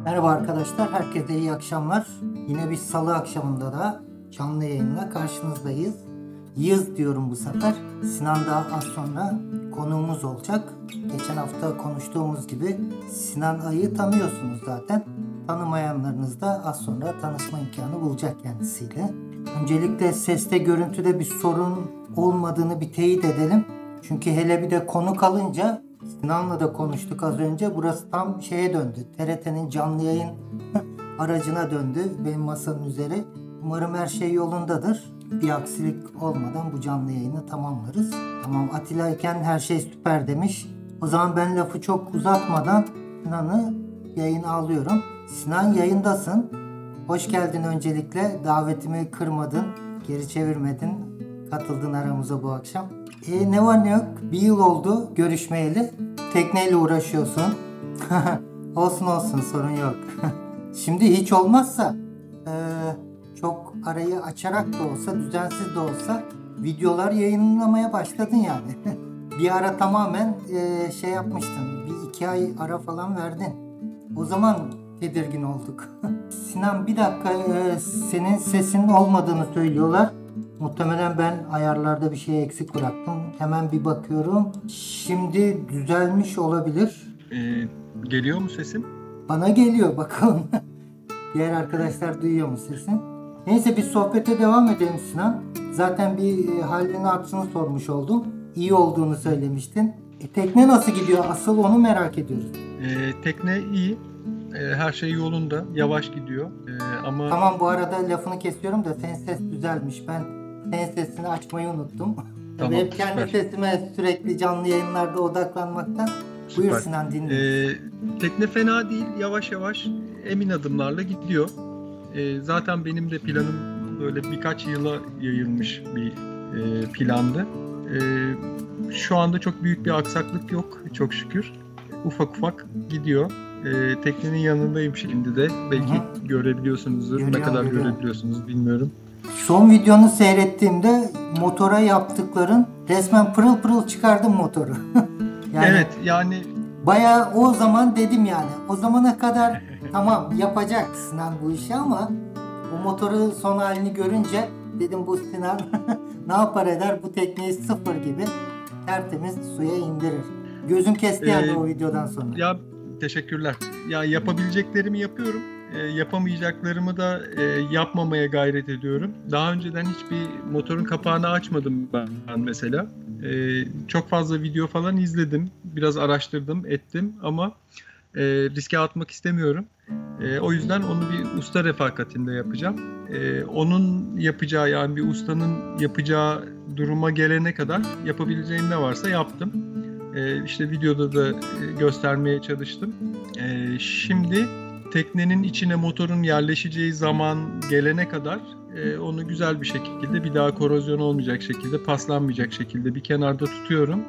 Merhaba arkadaşlar, herkese iyi akşamlar. Yine bir salı akşamında da canlı yayınla karşınızdayız. Yığız diyorum bu sefer. Sinan da az sonra konuğumuz olacak. Geçen hafta konuştuğumuz gibi Sinan Ay'ı tanıyorsunuz zaten. Tanımayanlarınız da az sonra tanışma imkanı bulacak kendisiyle. Öncelikle seste, görüntüde bir sorun olmadığını bir teyit edelim. Çünkü hele bir de konuk alınca, Sinan'la da konuştuk az önce, burası tam şeye döndü. TRT'nin canlı yayın aracına döndü benim masanın üzeri. Umarım her şey yolundadır. Bir aksilik olmadan bu canlı yayını tamamlarız. Tamam, Atilla iken her şey süper demiş. O zaman ben lafı çok uzatmadan Sinan'ı yayına alıyorum. Sinan, yayındasın. Hoş geldin öncelikle. Davetimi kırmadın, geri çevirmedin. Katıldın aramıza bu akşam. Ne var ne yok? Bir yıl oldu görüşmeyeli. Tekneyle uğraşıyorsun. Olsun sorun yok. Şimdi hiç olmazsa çok arayı açarak da olsa, düzensiz de olsa videolar yayınlamaya başladın yani. Bir ara tamamen şey yapmıştın. Bir 2 ay ara falan verdin. O zaman tedirgin olduk. Sinan, bir dakika, senin sesin olmadığını söylüyorlar. Muhtemelen ben ayarlarda bir şey eksik bıraktım. Hemen bir bakıyorum. Şimdi düzelmiş olabilir. Geliyor mu sesim? Bana geliyor, bakalım. Diğer arkadaşlar duyuyor mu sesin? Neyse, bir sohbete devam edelim Sinan. Zaten bir halini hatırını sormuş oldum. İyi olduğunu söylemiştin. Tekne nasıl gidiyor? Asıl onu merak ediyoruz. Tekne iyi. Her şey yolunda. Yavaş gidiyor. Ama... Tamam, bu arada lafını kesiyorum da senin ses düzelmiş. Ben senin sesini açmayı unuttum. Tamam, hep kendi sesime sürekli canlı yayınlarda odaklanmaktan. Süper. Buyur Sinan, dinliyorum. Tekne fena değil. Yavaş yavaş emin adımlarla gidiyor. Zaten benim de planım böyle birkaç yıla yayılmış bir plandı. Şu anda çok büyük bir aksaklık yok çok şükür. Ufak ufak gidiyor. Teknenin yanındayım şimdi de. Belki görebiliyorsunuzdur. Ne kadar görebiliyorsunuz bilmiyorum. Son videonu seyrettiğimde motora yaptıkların, resmen pırıl pırıl çıkardın motoru. Yani, evet yani. Bayağı o zaman dedim yani. O zamana kadar tamam yapacak Sinan bu işi, ama bu motoru son halini görünce dedim bu Sinan ne yapar eder, bu tekneyi sıfır gibi tertemiz suya indirir. Gözüm kesti yani o videodan sonra. Ya teşekkürler. Ya yapabileceklerimi yapıyorum. Yapamayacaklarımı da yapmamaya gayret ediyorum. Daha önceden hiçbir motorun kapağını açmadım ben mesela. Çok fazla video falan izledim. Biraz araştırdım, ettim ama riske atmak istemiyorum. O yüzden onu bir usta refakatinde yapacağım. Onun yapacağı, yani bir ustanın yapacağı duruma gelene kadar yapabileceğim ne varsa yaptım. İşte videoda da göstermeye çalıştım. Şimdi teknenin içine motorun yerleşeceği zaman gelene kadar onu güzel bir şekilde, bir daha korozyon olmayacak şekilde, paslanmayacak şekilde bir kenarda tutuyorum.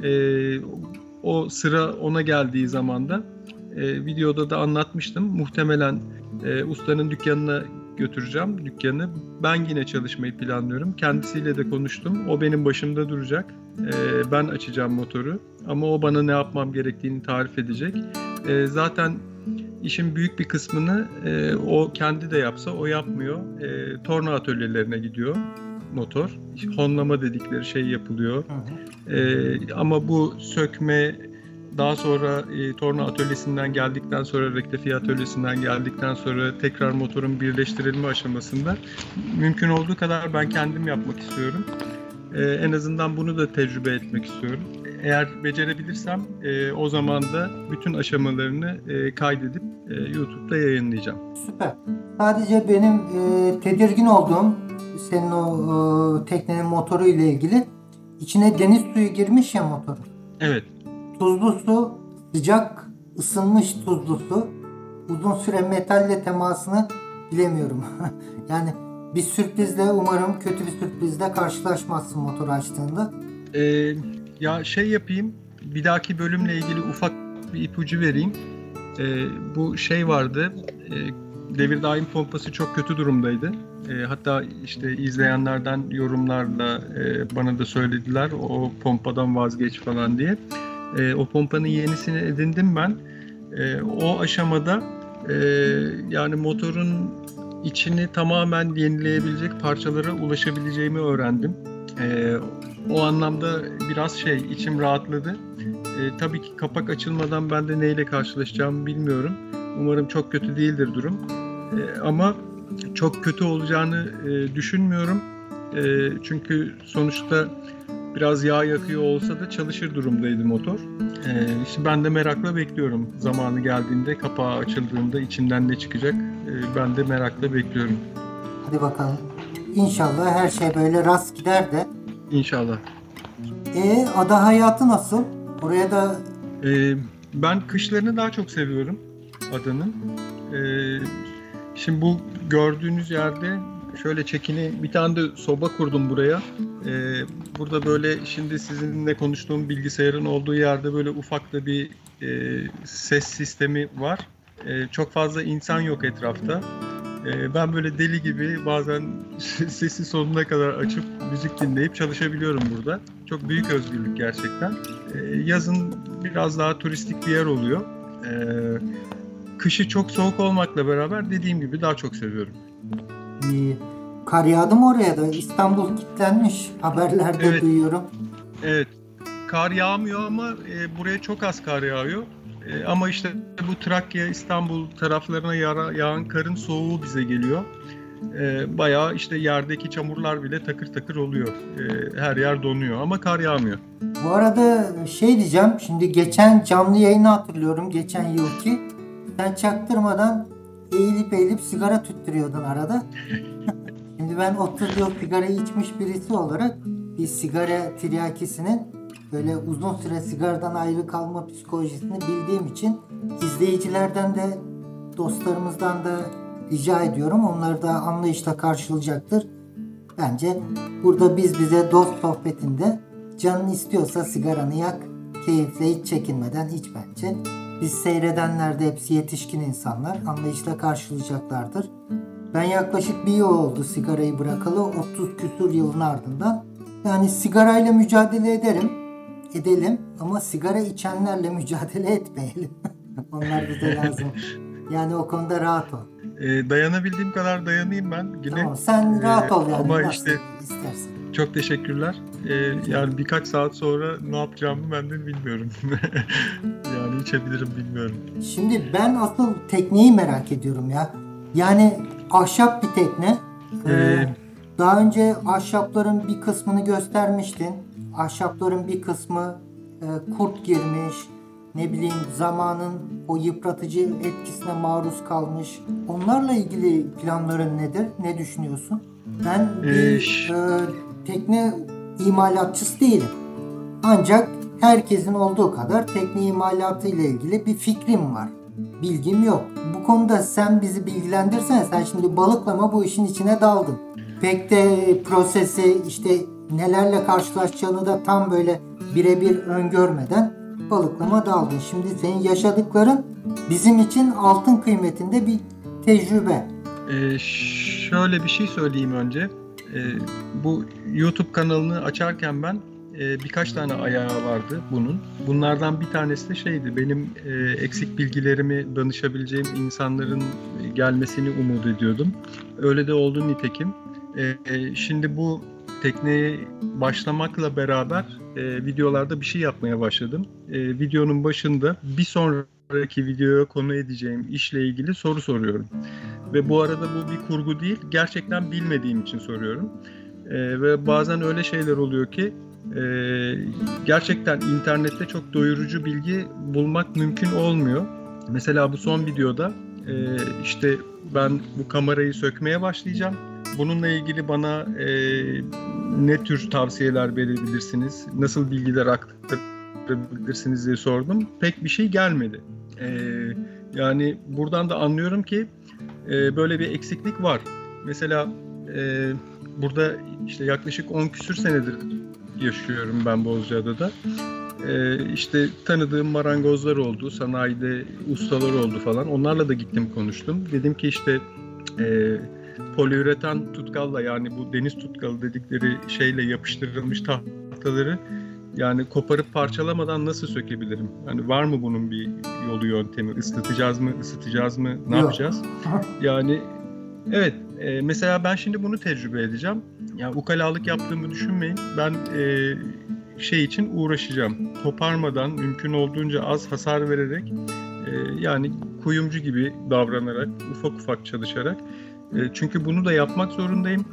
O sıra ona geldiği zaman da videoda da anlatmıştım. Muhtemelen ustanın dükkanına götüreceğim dükkanı. Ben yine çalışmayı planlıyorum. Kendisiyle de konuştum. O benim başımda duracak. Ben açacağım motoru. Ama o bana ne yapmam gerektiğini tarif edecek. Zaten işin büyük bir kısmını o kendi de yapsa, o yapmıyor. Torna atölyelerine gidiyor motor. Honlama dedikleri şey yapılıyor. Ama bu sökme, daha sonra torna atölyesinden geldikten sonra, rektifiye atölyesinden geldikten sonra tekrar motorun birleştirilme aşamasında mümkün olduğu kadar ben kendim yapmak istiyorum. En azından bunu da tecrübe etmek istiyorum. Eğer becerebilirsem o zaman da bütün aşamalarını kaydedip YouTube'da yayınlayacağım. Süper. Sadece benim tedirgin olduğum, senin o teknenin motoru ile ilgili, içine deniz suyu girmiş ya motorun. Evet. Tuzlu su, sıcak, ısınmış tuzlu su, uzun süre metalle temasını bilemiyorum. Yani bir sürprizle, umarım kötü bir sürprizle karşılaşmazsın motoru açtığında. Ya şey yapayım, bir dahaki bölümle ilgili ufak bir ipucu vereyim. Bu şey vardı, devir daim pompası çok kötü durumdaydı. Hatta işte izleyenlerden yorumlarla bana da söylediler, o pompadan vazgeç falan diye. O pompanın yenisini edindim ben. O aşamada Yani motorun içini tamamen yenileyebilecek parçalara ulaşabileceğimi öğrendim. O anlamda biraz içim rahatladı. Tabii ki kapak açılmadan ben de neyle karşılaşacağımı bilmiyorum. Umarım çok kötü değildir durum. Ama çok kötü olacağını düşünmüyorum. Çünkü sonuçta biraz yağ yakıyor olsa da çalışır durumdaydı motor. İşte ben de merakla bekliyorum. Zamanı geldiğinde, kapağı açıldığında içinden ne çıkacak? Ben de merakla bekliyorum. Hadi bakalım. İnşallah her şey böyle rast gider de. İnşallah. Ada hayatı nasıl? Oraya da Ben kışlarını daha çok seviyorum adanın. Şimdi bu gördüğünüz yerde şöyle bir tane de soba kurdum buraya. Burada böyle şimdi sizinle konuştuğum bilgisayarın olduğu yerde böyle ufak da bir ses sistemi var. Çok fazla insan yok etrafta. Ben böyle deli gibi bazen sesi sonuna kadar açıp müzik dinleyip çalışabiliyorum burada. Çok büyük özgürlük gerçekten. Yazın biraz daha turistik bir yer oluyor. Kışı çok soğuk olmakla beraber dediğim gibi daha çok seviyorum. Kar yağdı mı oraya da? İstanbul kilitlenmiş. Haberlerde Evet. duyuyorum. Evet. Kar yağmıyor ama buraya çok az kar yağıyor. Ama işte bu Trakya, İstanbul taraflarına yağan karın soğuğu bize geliyor. Bayağı işte yerdeki çamurlar bile takır takır oluyor. Her yer donuyor ama kar yağmıyor. Bu arada diyeceğim. Şimdi geçen canlı yayını hatırlıyorum. Geçen yılki. Sen çaktırmadan eğilip sigara tüttürüyordun arada. Şimdi ben 30 yıl sigara içmiş birisi olarak bir sigara tiryakisinin böyle uzun süre sigaradan ayrı kalma psikolojisini bildiğim için izleyicilerden de dostlarımızdan da rica ediyorum. Onlar da anlayışla karşılayacaktır. Bence burada biz bize dost sohbetinde canın istiyorsa sigaranı yak, keyifle hiç çekinmeden iç bence. Biz seyredenler de hepsi yetişkin insanlar, anlayışla karşılayacaklardır. Ben yaklaşık bir yıl oldu sigarayı bırakalı, 30 küsur yılın ardından. Yani sigarayla mücadele edelim ama sigara içenlerle mücadele etmeyelim. Onlar bize lazım. Yani o konuda rahat ol. Dayanabildiğim kadar dayanayım ben yine. Tamam, sen rahat ol yani. Ama nasıl işte istersen. çok teşekkürler. Yani birkaç saat sonra ne yapacağımı ben de bilmiyorum. Yani içebilirim bilmiyorum. Şimdi ben asıl tekneyi merak ediyorum ya. Yani ahşap bir tekne. Daha önce ahşapların bir kısmını göstermiştin. Ahşapların bir kısmı kurt girmiş. Ne bileyim zamanın o yıpratıcı etkisine maruz kalmış. Onlarla ilgili planların nedir? Ne düşünüyorsun? Ben bir tekne imalatçısı değilim. Ancak herkesin olduğu kadar tekne imalatı ile ilgili bir fikrim var. Bilgim yok. Bu konuda sen bizi bilgilendirsene. Sen şimdi balıklama bu işin içine daldın. Pek de prosesi işte nelerle karşılaşacağını da tam böyle birebir öngörmeden balıklama daldın. Şimdi senin yaşadıkların bizim için altın kıymetinde bir tecrübe. Şöyle bir şey söyleyeyim önce. Bu YouTube kanalını açarken ben birkaç tane ayağı vardı bunun. Bunlardan bir tanesi de benim eksik bilgilerimi danışabileceğim insanların gelmesini umut ediyordum. Öyle de oldu nitekim. Şimdi bu tekneye başlamakla beraber videolarda bir şey yapmaya başladım. Videonun başında bir sonraki videoya konu edeceğim işle ilgili soru soruyorum. Ve bu arada bu bir kurgu değil, gerçekten bilmediğim için soruyorum. Ve bazen öyle şeyler oluyor ki gerçekten internette çok doyurucu bilgi bulmak mümkün olmuyor. Mesela bu son videoda işte ben bu kamerayı sökmeye başlayacağım. Bununla ilgili bana ne tür tavsiyeler verebilirsiniz, nasıl bilgiler aktarabilirsiniz diye sordum. Pek bir şey gelmedi. Yani buradan da anlıyorum ki böyle bir eksiklik var. Mesela burada işte yaklaşık 10 küsür senedir yaşıyorum ben Bozcaada'da. İşte tanıdığım marangozlar oldu, sanayide ustalar oldu falan. Onlarla da gittim konuştum. Dedim ki işte poliüretan tutkalla yani bu deniz tutkalı dedikleri şeyle yapıştırılmış tahtaları Yani koparıp parçalamadan nasıl sökebilirim? Hani var mı bunun bir yolu, yöntemi? Islatacağız mı, ısıtacağız mı, ne Yok. yapacağız? Yani evet, mesela ben şimdi bunu tecrübe edeceğim. Yani ukalalık yaptığımı düşünmeyin. Ben şey için uğraşacağım. Koparmadan, mümkün olduğunca az hasar vererek, yani kuyumcu gibi davranarak, ufak ufak çalışarak. Çünkü bunu da yapmak zorundayım.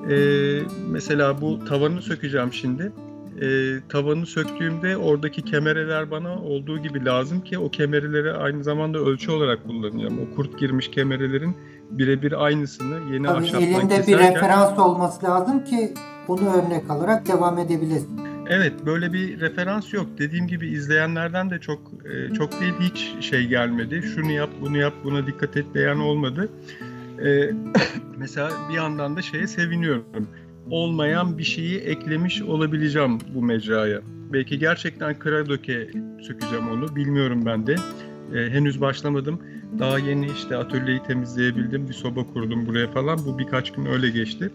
Mesela bu tavanı sökeceğim şimdi. Tavanı söktüğümde oradaki kemereler bana olduğu gibi lazım ki o kemereleri aynı zamanda ölçü olarak kullanacağım. O kurt girmiş kemerelerin birebir aynısını yeni Tabii ahşaptan elinde bir keserken... referans olması lazım ki bunu örnek alarak devam edebilesin. Evet, böyle bir referans yok. Dediğim gibi izleyenlerden de çok değil, hiç şey gelmedi. Şunu yap, bunu yap, buna dikkat et diyen olmadı. Mesela bir yandan da şeye seviniyorum. Olmayan bir şeyi eklemiş olabileceğim bu mecraya. Belki gerçekten kıra döke sökeceğim onu. Bilmiyorum ben de. Henüz başlamadım. Daha yeni işte atölyeyi temizleyebildim. Bir soba kurdum buraya falan. Bu birkaç gün öyle geçti.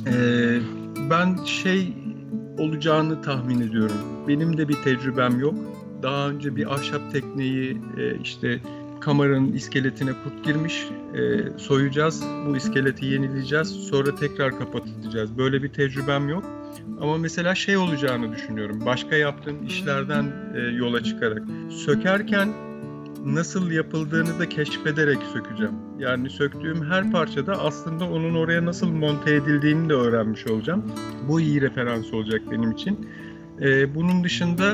Ben şey olacağını tahmin ediyorum. Benim de bir tecrübem yok. Daha önce bir ahşap tekneyi işte kameranın iskeletine kurt girmiş, soyacağız, bu iskeleti yenileyeceğiz, sonra tekrar kapatacağız. Böyle bir tecrübem yok. Ama mesela şey olacağını düşünüyorum. Başka yaptığım işlerden yola çıkarak. Sökerken nasıl yapıldığını da keşfederek sökeceğim. Yani söktüğüm her parçada aslında onun oraya nasıl monte edildiğini de öğrenmiş olacağım. Bu iyi referans olacak benim için. Bunun dışında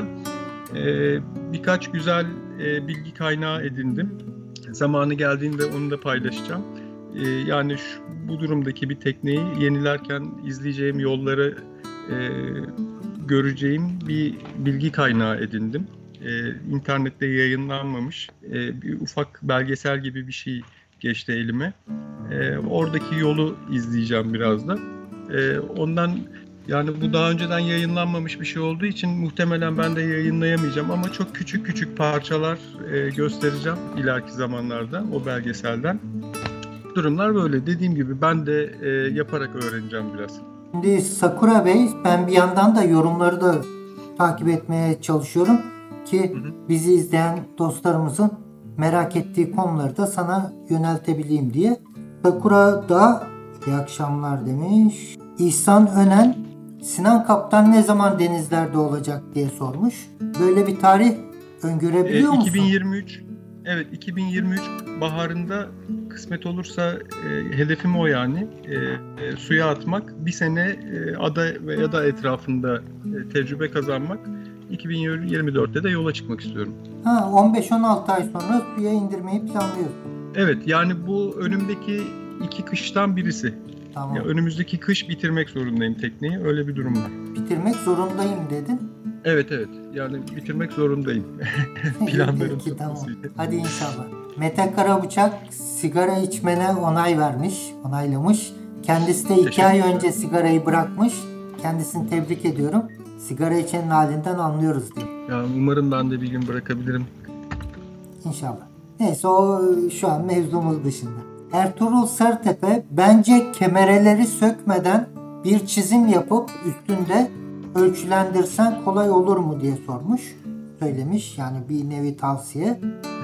birkaç güzel bilgi kaynağı edindim. Zamanı geldiğinde onu da paylaşacağım. Yani bu durumdaki bir tekneyi yenilerken izleyeceğim yolları göreceğim bir bilgi kaynağı edindim. İnternette yayınlanmamış bir ufak belgesel gibi bir şey geçti elime. Oradaki yolu izleyeceğim biraz da. Ondan yani bu daha önceden yayınlanmamış bir şey olduğu için muhtemelen ben de yayınlayamayacağım ama çok küçük küçük parçalar göstereceğim ileriki zamanlarda o belgeselden. Durumlar böyle. Dediğim gibi ben de yaparak öğreneceğim biraz. Şimdi Sakura Bey, ben bir yandan da yorumları da takip etmeye çalışıyorum ki bizi izleyen dostlarımızın merak ettiği konuları da sana yöneltebileyim diye. Sakura da iyi akşamlar demiş. İhsan Önen, Sinan Kaptan ne zaman denizlerde olacak diye sormuş. Böyle bir tarih öngörebiliyor musun? 2023. Evet, 2023 baharında kısmet olursa hedefim o yani. Suya atmak, bir sene ada veya da etrafında tecrübe kazanmak. 2024'te de yola çıkmak istiyorum. 15-16 ay sonra suya indirmeyi planlıyorsun. Evet, yani bu önümdeki 2 kıştan birisi. Tamam. Ya önümüzdeki kış bitirmek zorundayım tekneyi. Öyle bir durum var. Bitirmek zorundayım dedin. Evet. Yani bitirmek zorundayım. Planlarım Peki, tamam. tutmasıydı. Hadi inşallah. Mete Karabıçak sigara içmene onaylamış. Kendisi de 2 ay önce sigarayı bırakmış. Kendisini tebrik ediyorum. Sigara içenin halinden anlıyoruz diye. Ya umarım ben de bir gün bırakabilirim. İnşallah. Neyse, o şu an mevzumuz dışında. Ertuğrul Sarıtepe, bence kemereleri sökmeden bir çizim yapıp üstünde ölçülendirsen kolay olur mu diye söylemiş. Yani bir nevi tavsiye.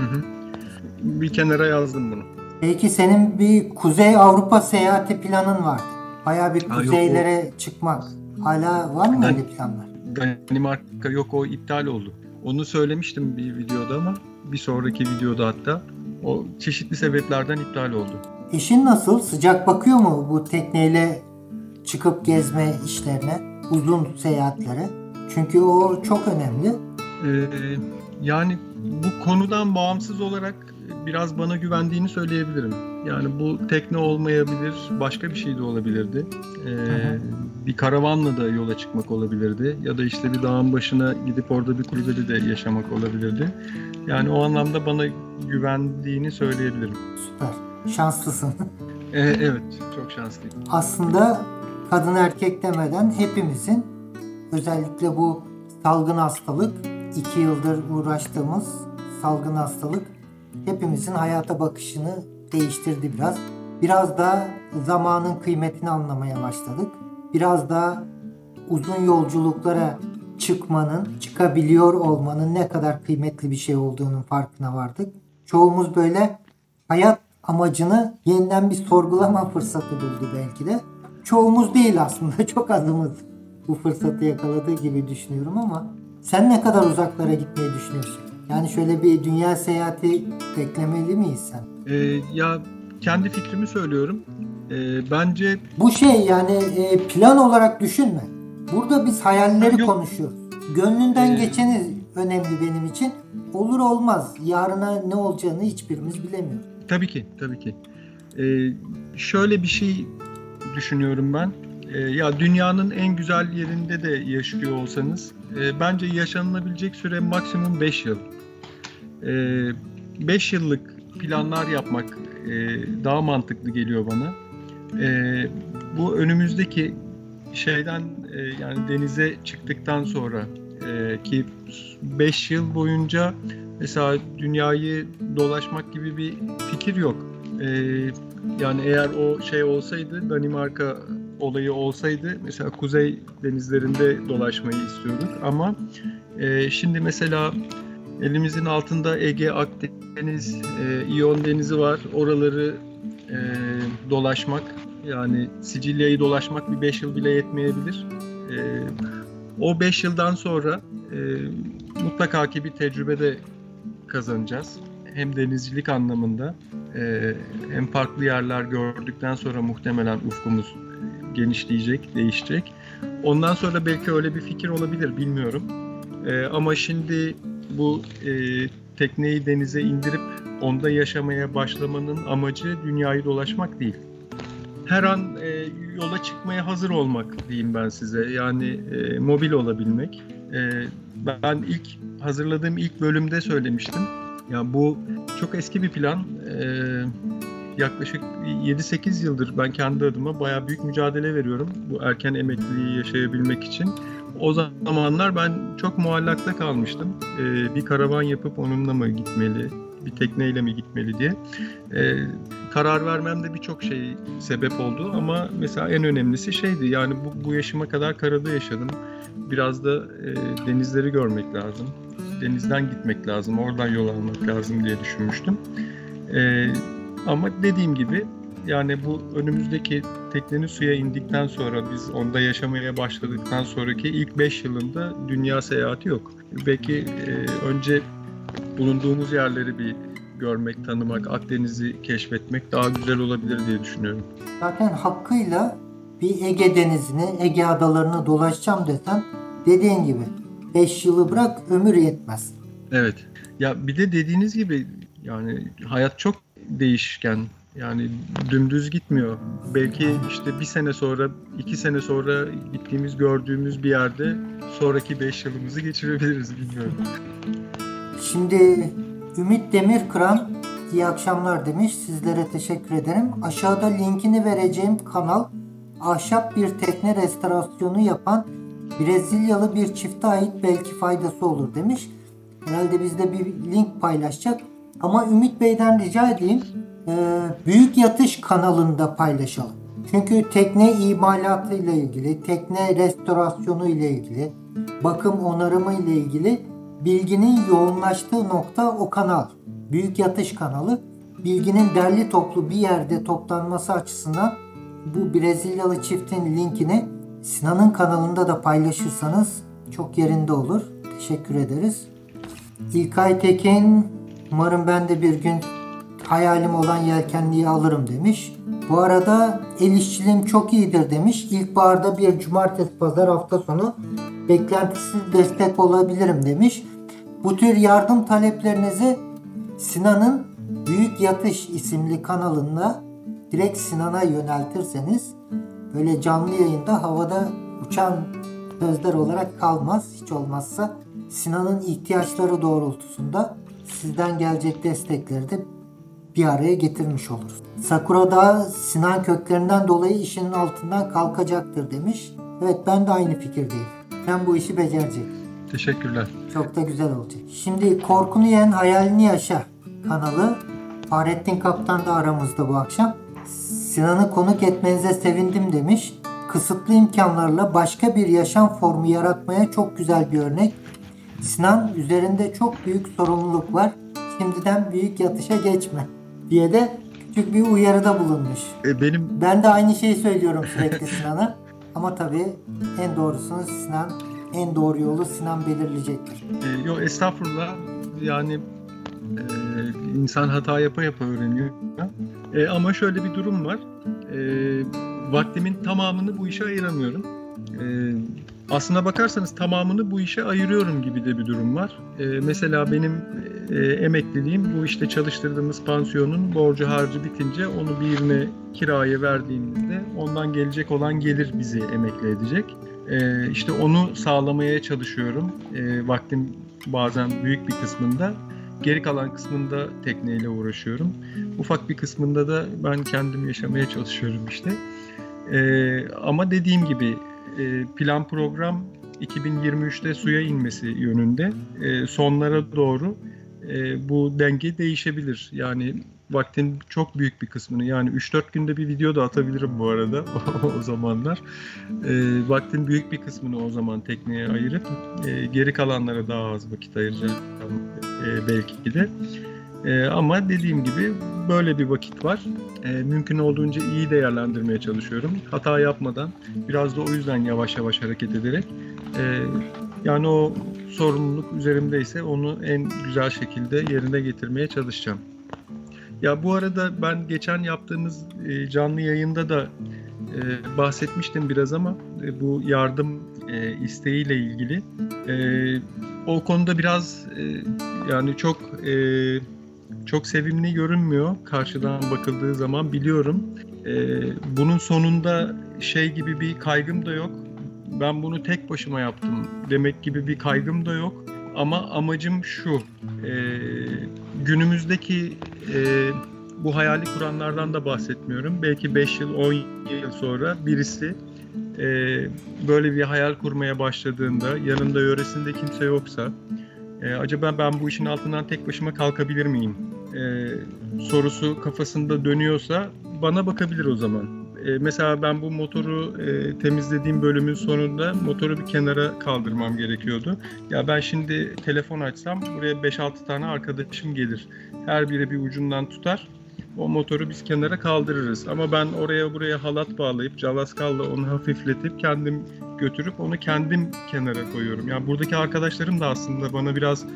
Bir kenara yazdım bunu. Belki senin bir Kuzey Avrupa seyahati planın var. Bayağı bir kuzeylere çıkmak. Hala var mı öyle planlar? Danimarka yok, o iptal oldu. Onu söylemiştim bir videoda ama bir sonraki videoda hatta. O çeşitli sebeplerden iptal oldu. Eşin nasıl? Sıcak bakıyor mu bu tekneyle çıkıp gezme işlerine, uzun seyahatlere? Çünkü o çok önemli. Yani bu konudan bağımsız olarak biraz bana güvendiğini söyleyebilirim. Yani bu tekne olmayabilir, başka bir şey de olabilirdi. Bir karavanla da yola çıkmak olabilirdi. Ya da işte bir dağın başına gidip orada bir kulübede de yaşamak olabilirdi. Yani o anlamda bana güvendiğini söyleyebilirim. Süper. Şanslısın. Evet, çok şanslıyım. Aslında kadın erkek demeden hepimizin, özellikle bu salgın hastalık, 2 yıldır uğraştığımız salgın hastalık hepimizin hayata bakışını değiştirdi biraz. Biraz da zamanın kıymetini anlamaya başladık. Biraz da uzun yolculuklara çıkmanın, çıkabiliyor olmanın ne kadar kıymetli bir şey olduğunun farkına vardık. Çoğumuz böyle hayat amacını yeniden bir sorgulama fırsatı buldu belki de. Çoğumuz değil aslında, çok azımız bu fırsatı yakaladığı gibi düşünüyorum ama sen ne kadar uzaklara gitmeyi düşünüyorsun? Yani şöyle bir dünya seyahati beklemeli miyiz sen? Ya kendi fikrimi söylüyorum. Bence Bu şey yani plan olarak düşünme. Burada biz hayalleri Yok. konuşuyoruz. Gönlünden Ee, geçeni önemli benim için. Olur olmaz. Yarına ne olacağını hiçbirimiz bilemiyoruz. tabii ki, tabii ki. Şöyle bir şey düşünüyorum ben. Ya dünyanın en güzel yerinde de yaşıyor olsanız, bence yaşanılabilecek süre maksimum 5 yıl. 5 yıllık planlar yapmak daha mantıklı geliyor bana. Bu önümüzdeki şeyden yani denize çıktıktan sonra ki 5 yıl boyunca mesela dünyayı dolaşmak gibi bir fikir yok. Yani eğer o şey olsaydı, Danimarka olayı olsaydı mesela kuzey denizlerinde dolaşmayı istiyorduk ama şimdi mesela elimizin altında Ege, Akdeniz, İyon Denizi var. Oraları dolaşmak, yani Sicilya'yı dolaşmak bir 5 yıl bile yetmeyebilir. O 5 yıldan sonra mutlaka ki bir tecrübe de kazanacağız. Hem denizcilik anlamında hem farklı yerler gördükten sonra muhtemelen ufkumuz genişleyecek, değişecek. Ondan sonra belki öyle bir fikir olabilir, bilmiyorum. Ama şimdi bu tekneyi denize indirip onda yaşamaya başlamanın amacı dünyayı dolaşmak değil. Her an yola çıkmaya hazır olmak diyeyim ben size. Yani mobil olabilmek. Ben hazırladığım ilk bölümde söylemiştim. Ya bu çok eski bir plan. Yaklaşık 7-8 yıldır ben kendi adıma bayağı büyük mücadele veriyorum bu erken emekliliği yaşayabilmek için. O zamanlar ben çok muallakta kalmıştım. Bir karavan yapıp onunla mı gitmeli, bir tekneyle mi gitmeli diye. Karar vermemde birçok şey sebep oldu ama mesela en önemlisi şeydi. Yani bu yaşıma kadar karada yaşadım. Biraz da denizleri görmek lazım. Denizden gitmek lazım, oradan yol almak lazım diye düşünmüştüm. Ama dediğim gibi yani bu önümüzdeki teknenin suya indikten sonra biz onda yaşamaya başladıktan sonraki ilk 5 yılında dünya seyahati yok. Belki önce bulunduğumuz yerleri bir görmek, tanımak, Akdeniz'i keşfetmek daha güzel olabilir diye düşünüyorum. Zaten hakkıyla bir Ege denizini, Ege adalarını dolaşacağım desen dediğin gibi 5 yılı bırak ömür yetmez. Evet. Ya bir de dediğiniz gibi yani hayat çok değişken. Yani dümdüz gitmiyor. Belki işte 1 sene sonra, 2 sene sonra gittiğimiz, gördüğümüz bir yerde sonraki 5 yılımızı geçirebiliriz, bilmiyorum. Şimdi Ümit Demirkıran iyi akşamlar demiş. Sizlere teşekkür ederim. Aşağıda linkini vereceğim kanal ahşap bir tekne restorasyonu yapan Brezilyalı bir çifte ait, belki faydası olur demiş. Herhalde bizde bir link paylaşacak. Ama Ümit Bey'den rica edeyim Büyük Yatış kanalında paylaşalım. Çünkü tekne imalatı ile ilgili, tekne restorasyonu ile ilgili, bakım onarımı ile ilgili bilginin yoğunlaştığı nokta o kanal. Büyük Yatış kanalı. Bilginin derli toplu bir yerde toplanması açısından bu Brezilyalı çiftin linkini Sinan'ın kanalında da paylaşırsanız çok yerinde olur. Teşekkür ederiz. İlkay Tekin, umarım ben de bir gün hayalim olan yelkenliği alırım demiş. Bu arada el işçiliğim çok iyidir demiş. İlkbaharda bir cumartesi pazar hafta sonu beklentisiz destek olabilirim demiş. Bu tür yardım taleplerinizi Sinan'ın Büyük Yatış isimli kanalında direkt Sinan'a yöneltirseniz böyle canlı yayında havada uçan sözler olarak kalmaz. Hiç olmazsa Sinan'ın ihtiyaçları doğrultusunda sizden gelecek destekleri de bir araya getirmiş oluruz. Sakura da Sinan köklerinden dolayı işinin altından kalkacaktır demiş. Evet, ben de aynı fikirdeyim. Ben bu işi becerecek. Teşekkürler. Çok da güzel olacak. Şimdi Korkunu Yen Hayalini Yaşa kanalı. Fahrettin Kaptan da aramızda bu akşam. Sinan'ı konuk etmenize sevindim demiş. kısıtlı imkanlarla başka bir yaşam formu yaratmaya çok güzel bir örnek. Sinan, üzerinde çok büyük sorumluluk var. Şimdiden büyük yatışa geçme diye de küçük bir uyarıda bulunmuş. Ben de aynı şeyi söylüyorum sürekli Sinan'a. Ama tabii en doğrusunu Sinan, en doğru yolu Sinan belirleyecektir. Yok estağfurullah. Yani insan hata yapa öğreniyor. Ama şöyle bir durum var. Vaktimin tamamını bu işe ayıramıyorum. Aslına bakarsanız tamamını bu işe ayırıyorum gibi de bir durum var. Mesela benim emekliliğim bu işte çalıştırdığımız pansiyonun borcu harcı bitince onu birine kiraya verdiğimizde ondan gelecek olan gelir bizi emekli edecek. İşte onu sağlamaya çalışıyorum. Vaktim bazen büyük bir kısmında. Geri kalan kısmında tekneyle uğraşıyorum. Ufak bir kısmında da ben kendim yaşamaya çalışıyorum işte. Ama dediğim gibi plan program 2023'te suya inmesi yönünde. Sonlara doğru bu denge değişebilir. Yani vaktin çok büyük bir kısmını, yani 3-4 günde bir video da atabilirim bu arada o zamanlar. Vaktin büyük bir kısmını o zaman tekneye ayırıp geri kalanlara daha az vakit ayıracağım belki de. Ama dediğim gibi böyle bir vakit var. Mümkün olduğunca iyi değerlendirmeye çalışıyorum. Hata yapmadan, biraz da o yüzden yavaş yavaş hareket ederek. Yani o sorumluluk üzerimdeyse onu en güzel şekilde yerine getirmeye çalışacağım. Ya bu arada ben geçen yaptığımız canlı yayında da bahsetmiştim biraz ama bu yardım isteğiyle ilgili. O konuda biraz yani çok sevimli görünmüyor karşıdan bakıldığı zaman, biliyorum. Bunun sonunda şey gibi bir kaygım da yok. Ben bunu tek başıma yaptım demek gibi bir kaygım da yok. Ama amacım şu, günümüzdeki bu hayali kuranlardan da bahsetmiyorum. Belki 5 yıl, 10 yıl sonra birisi böyle bir hayal kurmaya başladığında, yanında yöresinde kimse yoksa, acaba ben bu işin altından tek başıma kalkabilir miyim sorusu kafasında dönüyorsa bana bakabilir o zaman. Mesela ben bu motoru temizlediğim bölümün sonunda motoru bir kenara kaldırmam gerekiyordu. Ya ben şimdi telefon açsam buraya 5-6 tane arkadaşım gelir. Her biri bir ucundan tutar. O motoru biz kenara kaldırırız. Ama ben oraya buraya halat bağlayıp calaskalla onu hafifletip kendim götürüp onu kendim kenara koyuyorum. Yani buradaki arkadaşlarım da aslında bana biraz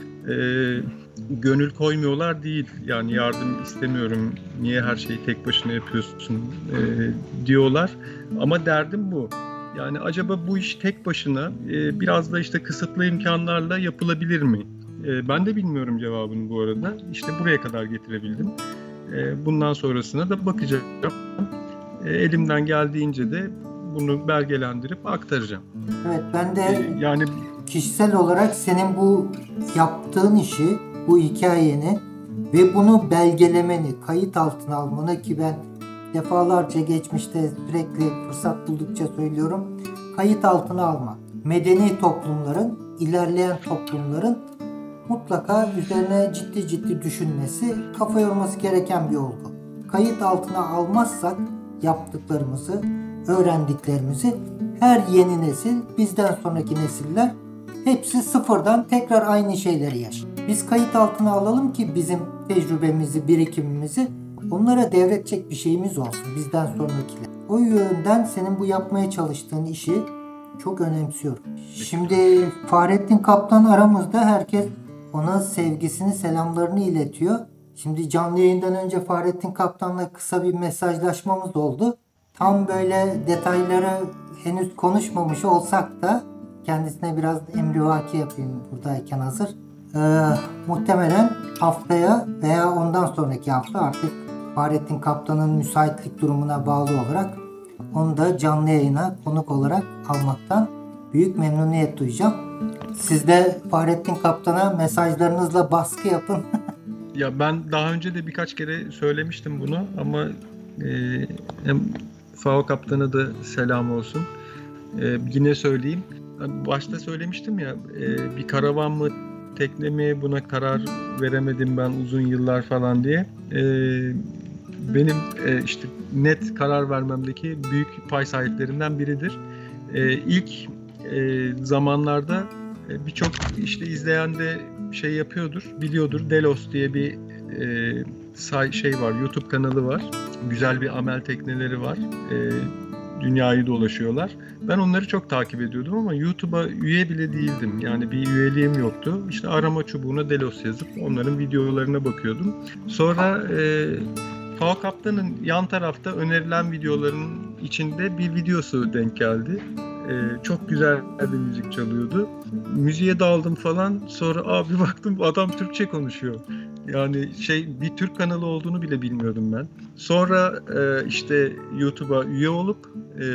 gönül koymuyorlar değil. Yani yardım istemiyorum, niye her şeyi tek başına yapıyorsun diyorlar. Ama derdim bu. Yani acaba bu iş tek başına biraz da işte kısıtlı imkanlarla yapılabilir mi? Ben de bilmiyorum cevabını bu arada. İşte buraya kadar getirebildim. Bundan sonrasına da bakacağım. Elimden geldiğince de bunu belgelendirip aktaracağım. Evet, ben de yani kişisel olarak senin bu yaptığın işi, bu hikayeni ve bunu belgelemeni, kayıt altına almanı, ki ben defalarca geçmişte sürekli fırsat buldukça söylüyorum. Kayıt altına almak. Medeni toplumların, ilerleyen toplumların mutlaka üzerine ciddi düşünmesi, kafa yorması gereken bir olgu. Kayıt altına almazsak yaptıklarımızı, öğrendiklerimizi her yeni nesil, bizden sonraki nesiller hepsi sıfırdan tekrar aynı şeyleri yaşar. Biz kayıt altına alalım ki bizim tecrübemizi, birikimimizi onlara devredecek bir şeyimiz olsun, bizden sonrakiler. O yönden senin bu yapmaya çalıştığın işi çok önemsiyorum. Şimdi Fahrettin Kaptan aramızda, herkes ona sevgisini, selamlarını iletiyor. Şimdi canlı yayından önce Fahrettin Kaptan'la kısa bir mesajlaşmamız oldu. Tam böyle detayları henüz konuşmamış olsak da kendisine biraz emrivaki yapayım buradayken hazır. Muhtemelen haftaya veya ondan sonraki hafta, artık Fahrettin Kaptan'ın müsaitlik durumuna bağlı olarak, onu da canlı yayına konuk olarak almaktan büyük memnuniyet duyacağım. Siz de Fahrettin Kaptan'a mesajlarınızla baskı yapın. Ya ben daha önce de birkaç kere söylemiştim bunu ama hem FAO Kaptan'a da selam olsun. Yine söyleyeyim. Başta söylemiştim ya, bir karavan mı, tekne mi, buna karar veremedim ben uzun yıllar falan diye. benim işte net karar vermemdeki büyük pay sahiplerinden biridir. İlk zamanlarda birçok işte izleyen de şey yapıyordur, biliyordur. Delos diye bir şey var, YouTube kanalı var. Güzel bir amel tekneleri var. Dünyayı dolaşıyorlar. Ben onları çok takip ediyordum ama YouTube'a üye bile değildim. Yani bir üyeliğim yoktu. İşte arama çubuğuna Delos yazıp onların videolarına bakıyordum. Sonra Fao Kaptan'ın yan tarafta önerilen videoların içinde bir videosu denk geldi. Çok güzel bir müzik çalıyordu. Müziğe daldım falan. Sonra bir baktım adam Türkçe konuşuyor. Yani bir Türk kanalı olduğunu bile bilmiyordum ben. Sonra işte YouTube'a üye olup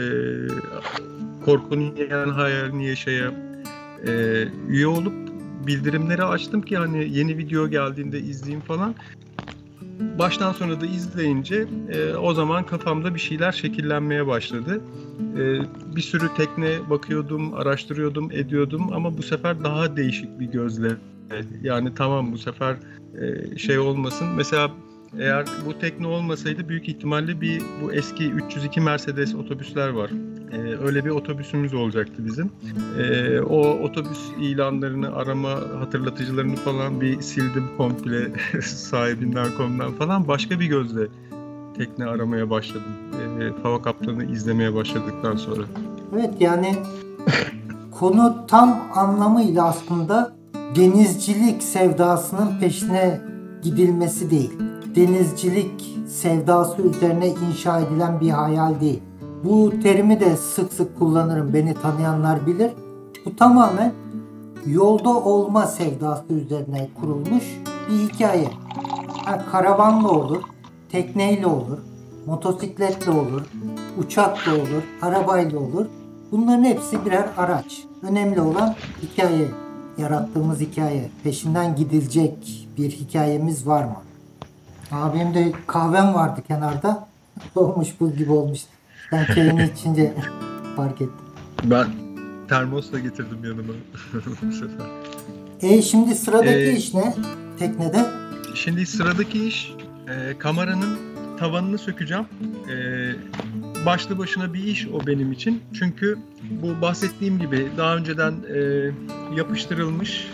Korkunu Yen Hayalini Yaşaya üye olup bildirimleri açtım ki hani yeni video geldiğinde izleyeyim falan. Baştan sona da izleyince o zaman kafamda bir şeyler şekillenmeye başladı. Bir sürü tekne bakıyordum, araştırıyordum, ediyordum ama bu sefer daha değişik bir gözle. Yani tamam bu sefer şey olmasın. Mesela eğer bu tekne olmasaydı büyük ihtimalle bu eski 302 Mercedes otobüsler var. Öyle bir otobüsümüz olacaktı bizim. O otobüs ilanlarını, arama hatırlatıcılarını falan bir sildim komple sahibinden.com'dan falan. Başka bir gözle tekne aramaya başladım. Fao Kaptan'ı izlemeye başladıktan sonra. Evet yani konu tam anlamıyla aslında denizcilik sevdasının peşine gidilmesi değil. Denizcilik sevdası üzerine inşa edilen bir hayal değil. Bu terimi de sık sık kullanırım. Beni tanıyanlar bilir. Bu tamamen yolda olma sevdası üzerine kurulmuş bir hikaye. Karavanla olur, tekneyle olur, motosikletle olur, uçakla olur, arabayla olur. Bunların hepsi birer araç. Önemli olan hikaye, yarattığımız hikaye. Peşinden gidilecek bir hikayemiz var mı? Benim de kahvem vardı kenarda. Soğumuş buz gibi olmuş. Ben çayını içince fark ettim. Ben termosla getirdim yanıma bu sefer. Şimdi sıradaki iş ne teknede? Şimdi sıradaki iş kameranın tavanını sökeceğim. Başlı başına bir iş o benim için. Çünkü bu bahsettiğim gibi daha önceden yapıştırılmış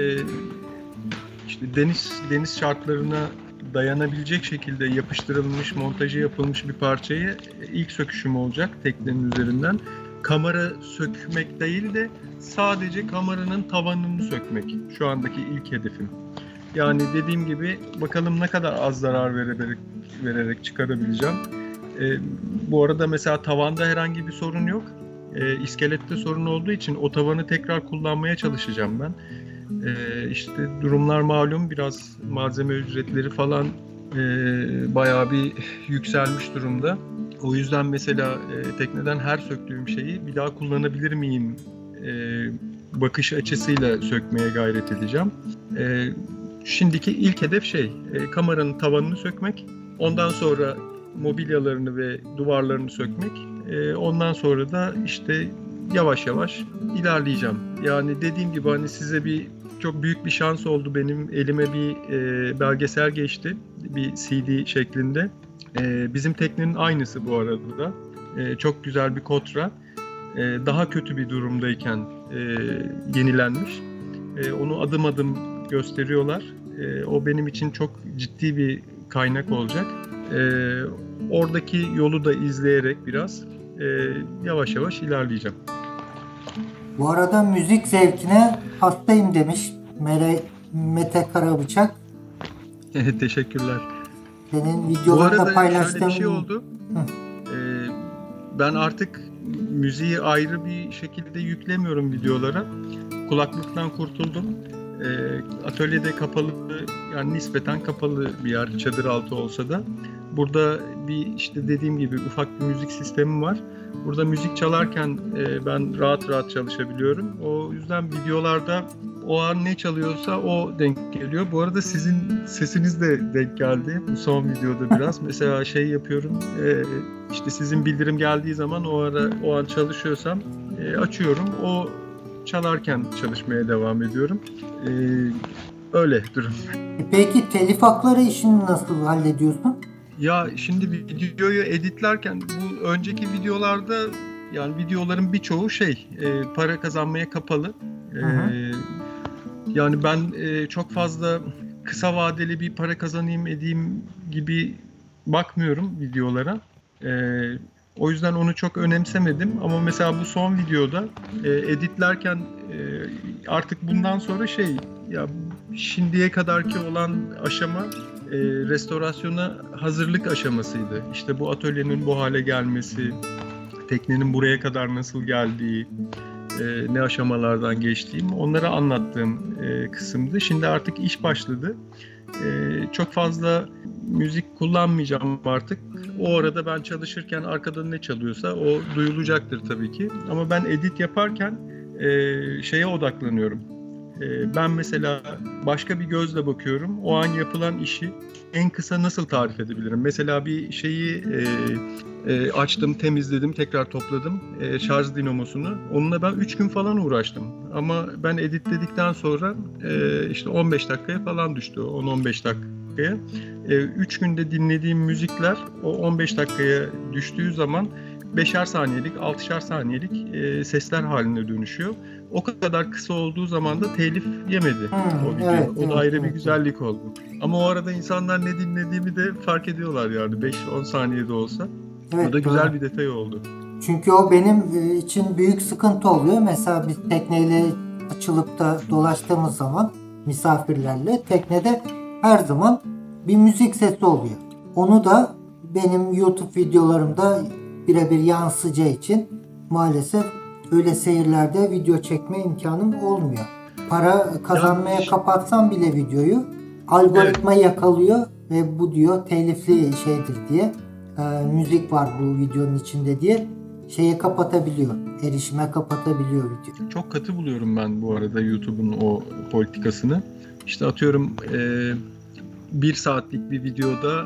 işte deniz şartlarına dayanabilecek şekilde yapıştırılmış, montajı yapılmış bir parçayı ilk söküşüm olacak teknenin üzerinden. Kamera sökmek değil de sadece kameranın tavanını sökmek şu andaki ilk hedefim. Yani dediğim gibi bakalım ne kadar az zarar vererek çıkarabileceğim. Bu arada mesela tavanda herhangi bir sorun yok. İskelette sorun olduğu için o tavanı tekrar kullanmaya çalışacağım ben. İşte durumlar malum, biraz malzeme ücretleri falan bayağı bir yükselmiş durumda. O yüzden mesela tekneden her söktüğüm şeyi bir daha kullanabilir miyim bakış açısıyla sökmeye gayret edeceğim. Şimdiki ilk hedef kameranın tavanını sökmek. Ondan sonra mobilyalarını ve duvarlarını sökmek. Ondan sonra da işte yavaş yavaş ilerleyeceğim. Yani dediğim gibi hani size çok büyük bir şans oldu, benim elime bir belgesel geçti. Bir CD şeklinde. Bizim teknenin aynısı bu arada da. Çok güzel bir Kotra. Daha kötü bir durumdayken yenilenmiş. Onu adım adım gösteriyorlar. O benim için çok ciddi bir kaynak olacak. Oradaki yolu da izleyerek biraz yavaş yavaş ilerleyeceğim. Bu arada müzik zevkine hastayım demiş Mete Karabıçak. Teşekkürler. Senin videolarında paylaştığın... Bu arada şöyle bir şey oldu. Ben artık müziği ayrı bir şekilde yüklemiyorum videolara. Kulaklıktan kurtuldum. Atölyede kapalı, yani nispeten kapalı bir yer, çadır altı olsa da. Burada işte dediğim gibi ufak bir müzik sistemi var. Burada müzik çalarken ben rahat rahat çalışabiliyorum. O yüzden videolarda o an ne çalıyorsa o denk geliyor. Bu arada sizin sesiniz de denk geldi bu son videoda biraz. Mesela yapıyorum, işte sizin bildirim geldiği zaman o an çalışıyorsam açıyorum. O çalarken çalışmaya devam ediyorum. Öyle durum. Peki telif hakları işini nasıl hallediyorsun? Ya şimdi videoyu editlerken bu önceki videolarda yani videoların birçoğu para kazanmaya kapalı. Hı hı. Yani ben çok fazla kısa vadeli bir para kazanayım edeyim gibi bakmıyorum videolara. E, O yüzden onu çok önemsemedim. Ama mesela bu son videoda editlerken artık bundan sonra ya şimdiye kadarki olan aşama restorasyona hazırlık aşamasıydı. İşte bu atölyenin bu hale gelmesi, teknenin buraya kadar nasıl geldiği, ne aşamalardan geçtiğim, onları anlattığım kısımdı. Şimdi artık iş başladı. Çok fazla müzik kullanmayacağım artık. O arada ben çalışırken arkada ne çalıyorsa o duyulacaktır tabii ki. Ama ben edit yaparken şeye odaklanıyorum. Ben mesela başka bir gözle bakıyorum. O an yapılan işi en kısa nasıl tarif edebilirim? Mesela bir şeyi açtım, temizledim, tekrar topladım şarj dinamosunu. Onunla ben 3 gün falan uğraştım. Ama ben editledikten sonra işte 15 dakikaya falan düştü. 10-15 dakikaya. 3 günde dinlediğim müzikler o 15 dakikaya düştüğü zaman 5'er saniyelik, 6'şer saniyelik sesler haline dönüşüyor. O kadar kısa olduğu zaman da telif yemedi o video. Evet, O da evet, ayrı bir evet. güzellik oldu. Ama o arada insanlar ne dinlediğimi de fark ediyorlar yani 5-10 saniyede olsa. Evet, Bu da güzel doğru. bir detay oldu. Çünkü o benim için büyük sıkıntı oluyor. Mesela biz tekneyle açılıp da dolaştığımız zaman misafirlerle teknede her zaman bir müzik sesi oluyor. Onu da benim YouTube videolarımda birebir yansıyacağı için maalesef öyle seyirlerde video çekme imkanım olmuyor. Para kazanmaya Yani kapatsam bile videoyu algoritma yakalıyor ve bu diyor telifli şeydir diye, müzik var bu videonun içinde diye kapatabiliyor. Erişime kapatabiliyor video. çok katı buluyorum ben bu arada YouTube'un o politikasını. İşte atıyorum 1 saatlik bir videoda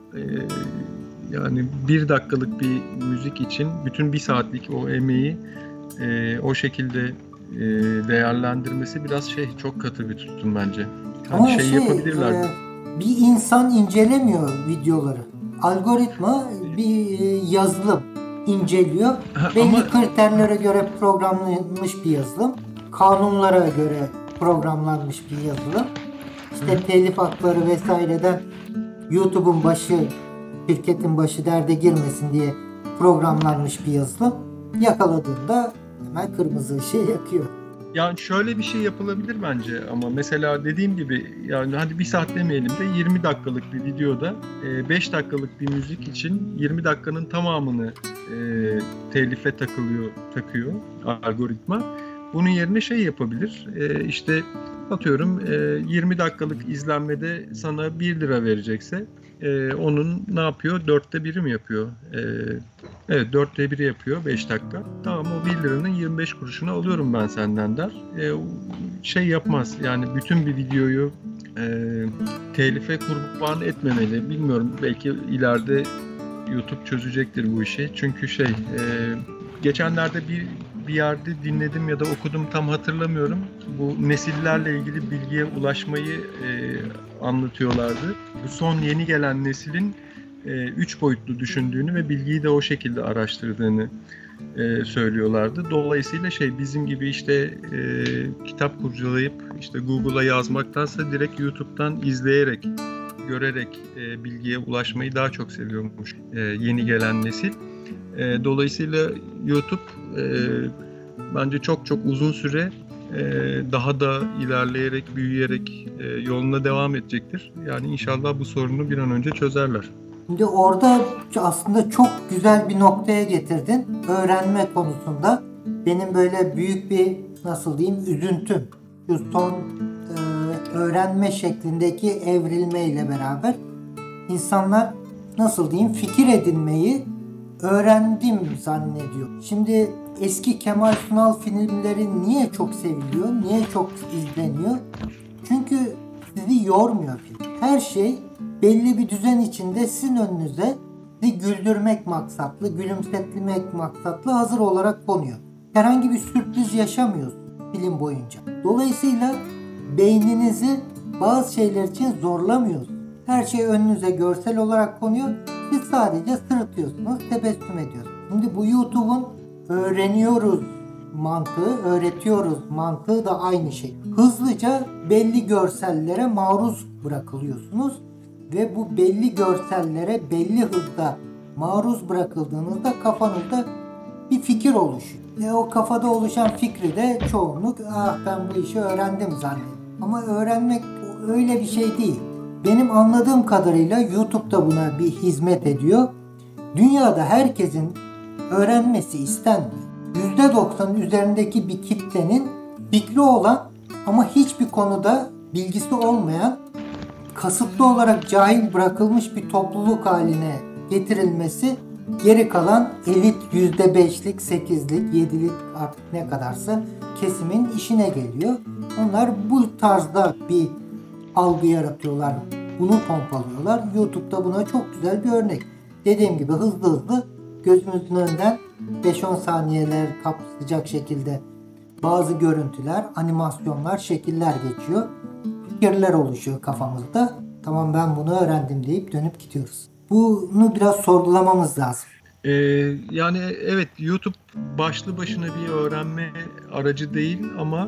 yani 1 dakikalık bir müzik için bütün 1 saatlik o emeği o şekilde değerlendirmesi biraz çok katı bir tutum bence. Ama Hani yapabilirler. bir insan incelemiyor videoları. Algoritma bir yazılım inceliyor. Ama Belli kriterlere göre programlanmış bir yazılım. Kanunlara göre programlanmış bir yazılım. İşte telif hakları vesaireden YouTube'un başı, şirketin başı derde girmesin diye programlanmış bir yazılım. Yakaladığında hemen kırmızı ışığı yakıyor. yani şöyle bir şey yapılabilir bence ama mesela dediğim gibi yani hadi 1 saat demeyelim de 20 dakikalık bir videoda 5 dakikalık bir müzik için 20 dakikanın tamamını telife takıyor algoritma. Bunun yerine yapabilir. İşte atıyorum 20 dakikalık izlenmede sana 1 lira verecekse onun ne yapıyor? 1/4'ü mi yapıyor? Evet 1/4'ü yapıyor 5 dakika. Tamam o 1 liranın 25 kuruşunu alıyorum ben senden der. Yapmaz yani bütün bir videoyu telife kurban etmemeli. Bilmiyorum belki ileride YouTube çözecektir bu işi. Çünkü geçenlerde bir yerde dinledim ya da okudum tam hatırlamıyorum. Bu nesillerle ilgili bilgiye ulaşmayı anlatıyorlardı. Bu son yeni gelen neslin 3 boyutlu düşündüğünü ve bilgiyi de o şekilde araştırdığını söylüyorlardı. Dolayısıyla bizim gibi kitap kurcalayıp Google'a yazmaktansa direkt YouTube'dan izleyerek, görerek bilgiye ulaşmayı daha çok seviyormuş yeni gelen nesil. Dolayısıyla YouTube bence çok çok uzun süre daha da ilerleyerek, büyüyerek yoluna devam edecektir. Yani inşallah bu sorunu bir an önce çözerler. Şimdi orada aslında çok güzel bir noktaya getirdin. Öğrenme konusunda benim böyle büyük bir üzüntüm. Şu son öğrenme şeklindeki evrilmeyle beraber insanlar fikir edinmeyi öğrendim zannediyor. Şimdi eski Kemal Sunal filmleri niye çok seviliyor? Niye çok izleniyor? Çünkü sizi yormuyor film. Her şey belli bir düzen içinde sizin önünüze sizi güldürmek maksatlı, gülümsetmek maksatlı hazır olarak konuyor. Herhangi bir sürpriz yaşamıyorsunuz film boyunca. Dolayısıyla beyninizi bazı şeyler için zorlamıyorsunuz. Her şey önünüze görsel olarak konuyor. Siz sadece sırıtıyorsunuz, tebessüm ediyorsunuz. Şimdi bu YouTube'un öğreniyoruz mantığı, öğretiyoruz mantığı da aynı şey. Hızlıca belli görsellere maruz bırakılıyorsunuz ve bu belli görsellere belli hızda maruz bırakıldığınızda kafanızda bir fikir oluşuyor. Ve o kafada oluşan fikri de çoğunluk ben bu işi öğrendim zannediyor. Ama öğrenmek öyle bir şey değil. Benim anladığım kadarıyla YouTube da buna bir hizmet ediyor. Dünyada herkesin öğrenmesi istenmiyor. %90'ın üzerindeki bir kitlenin fikri olan ama hiçbir konuda bilgisi olmayan, kasıtlı olarak cahil bırakılmış bir topluluk haline getirilmesi, geri kalan elit %5'lik, 8'lik, 7'lik artık ne kadarsa kesimin işine geliyor. Onlar bu tarzda bir algı yaratıyorlar. Bunu pompalıyorlar. YouTube'da buna çok güzel bir örnek. Dediğim gibi hızlı gözümüzün önünden 5-10 saniyeler kapsayacak şekilde bazı görüntüler, animasyonlar, şekiller geçiyor. Fikirler oluşuyor kafamızda. Tamam ben bunu öğrendim deyip dönüp gidiyoruz. Bunu biraz sorgulamamız lazım. Yani evet, YouTube başlı başına bir öğrenme aracı değil ama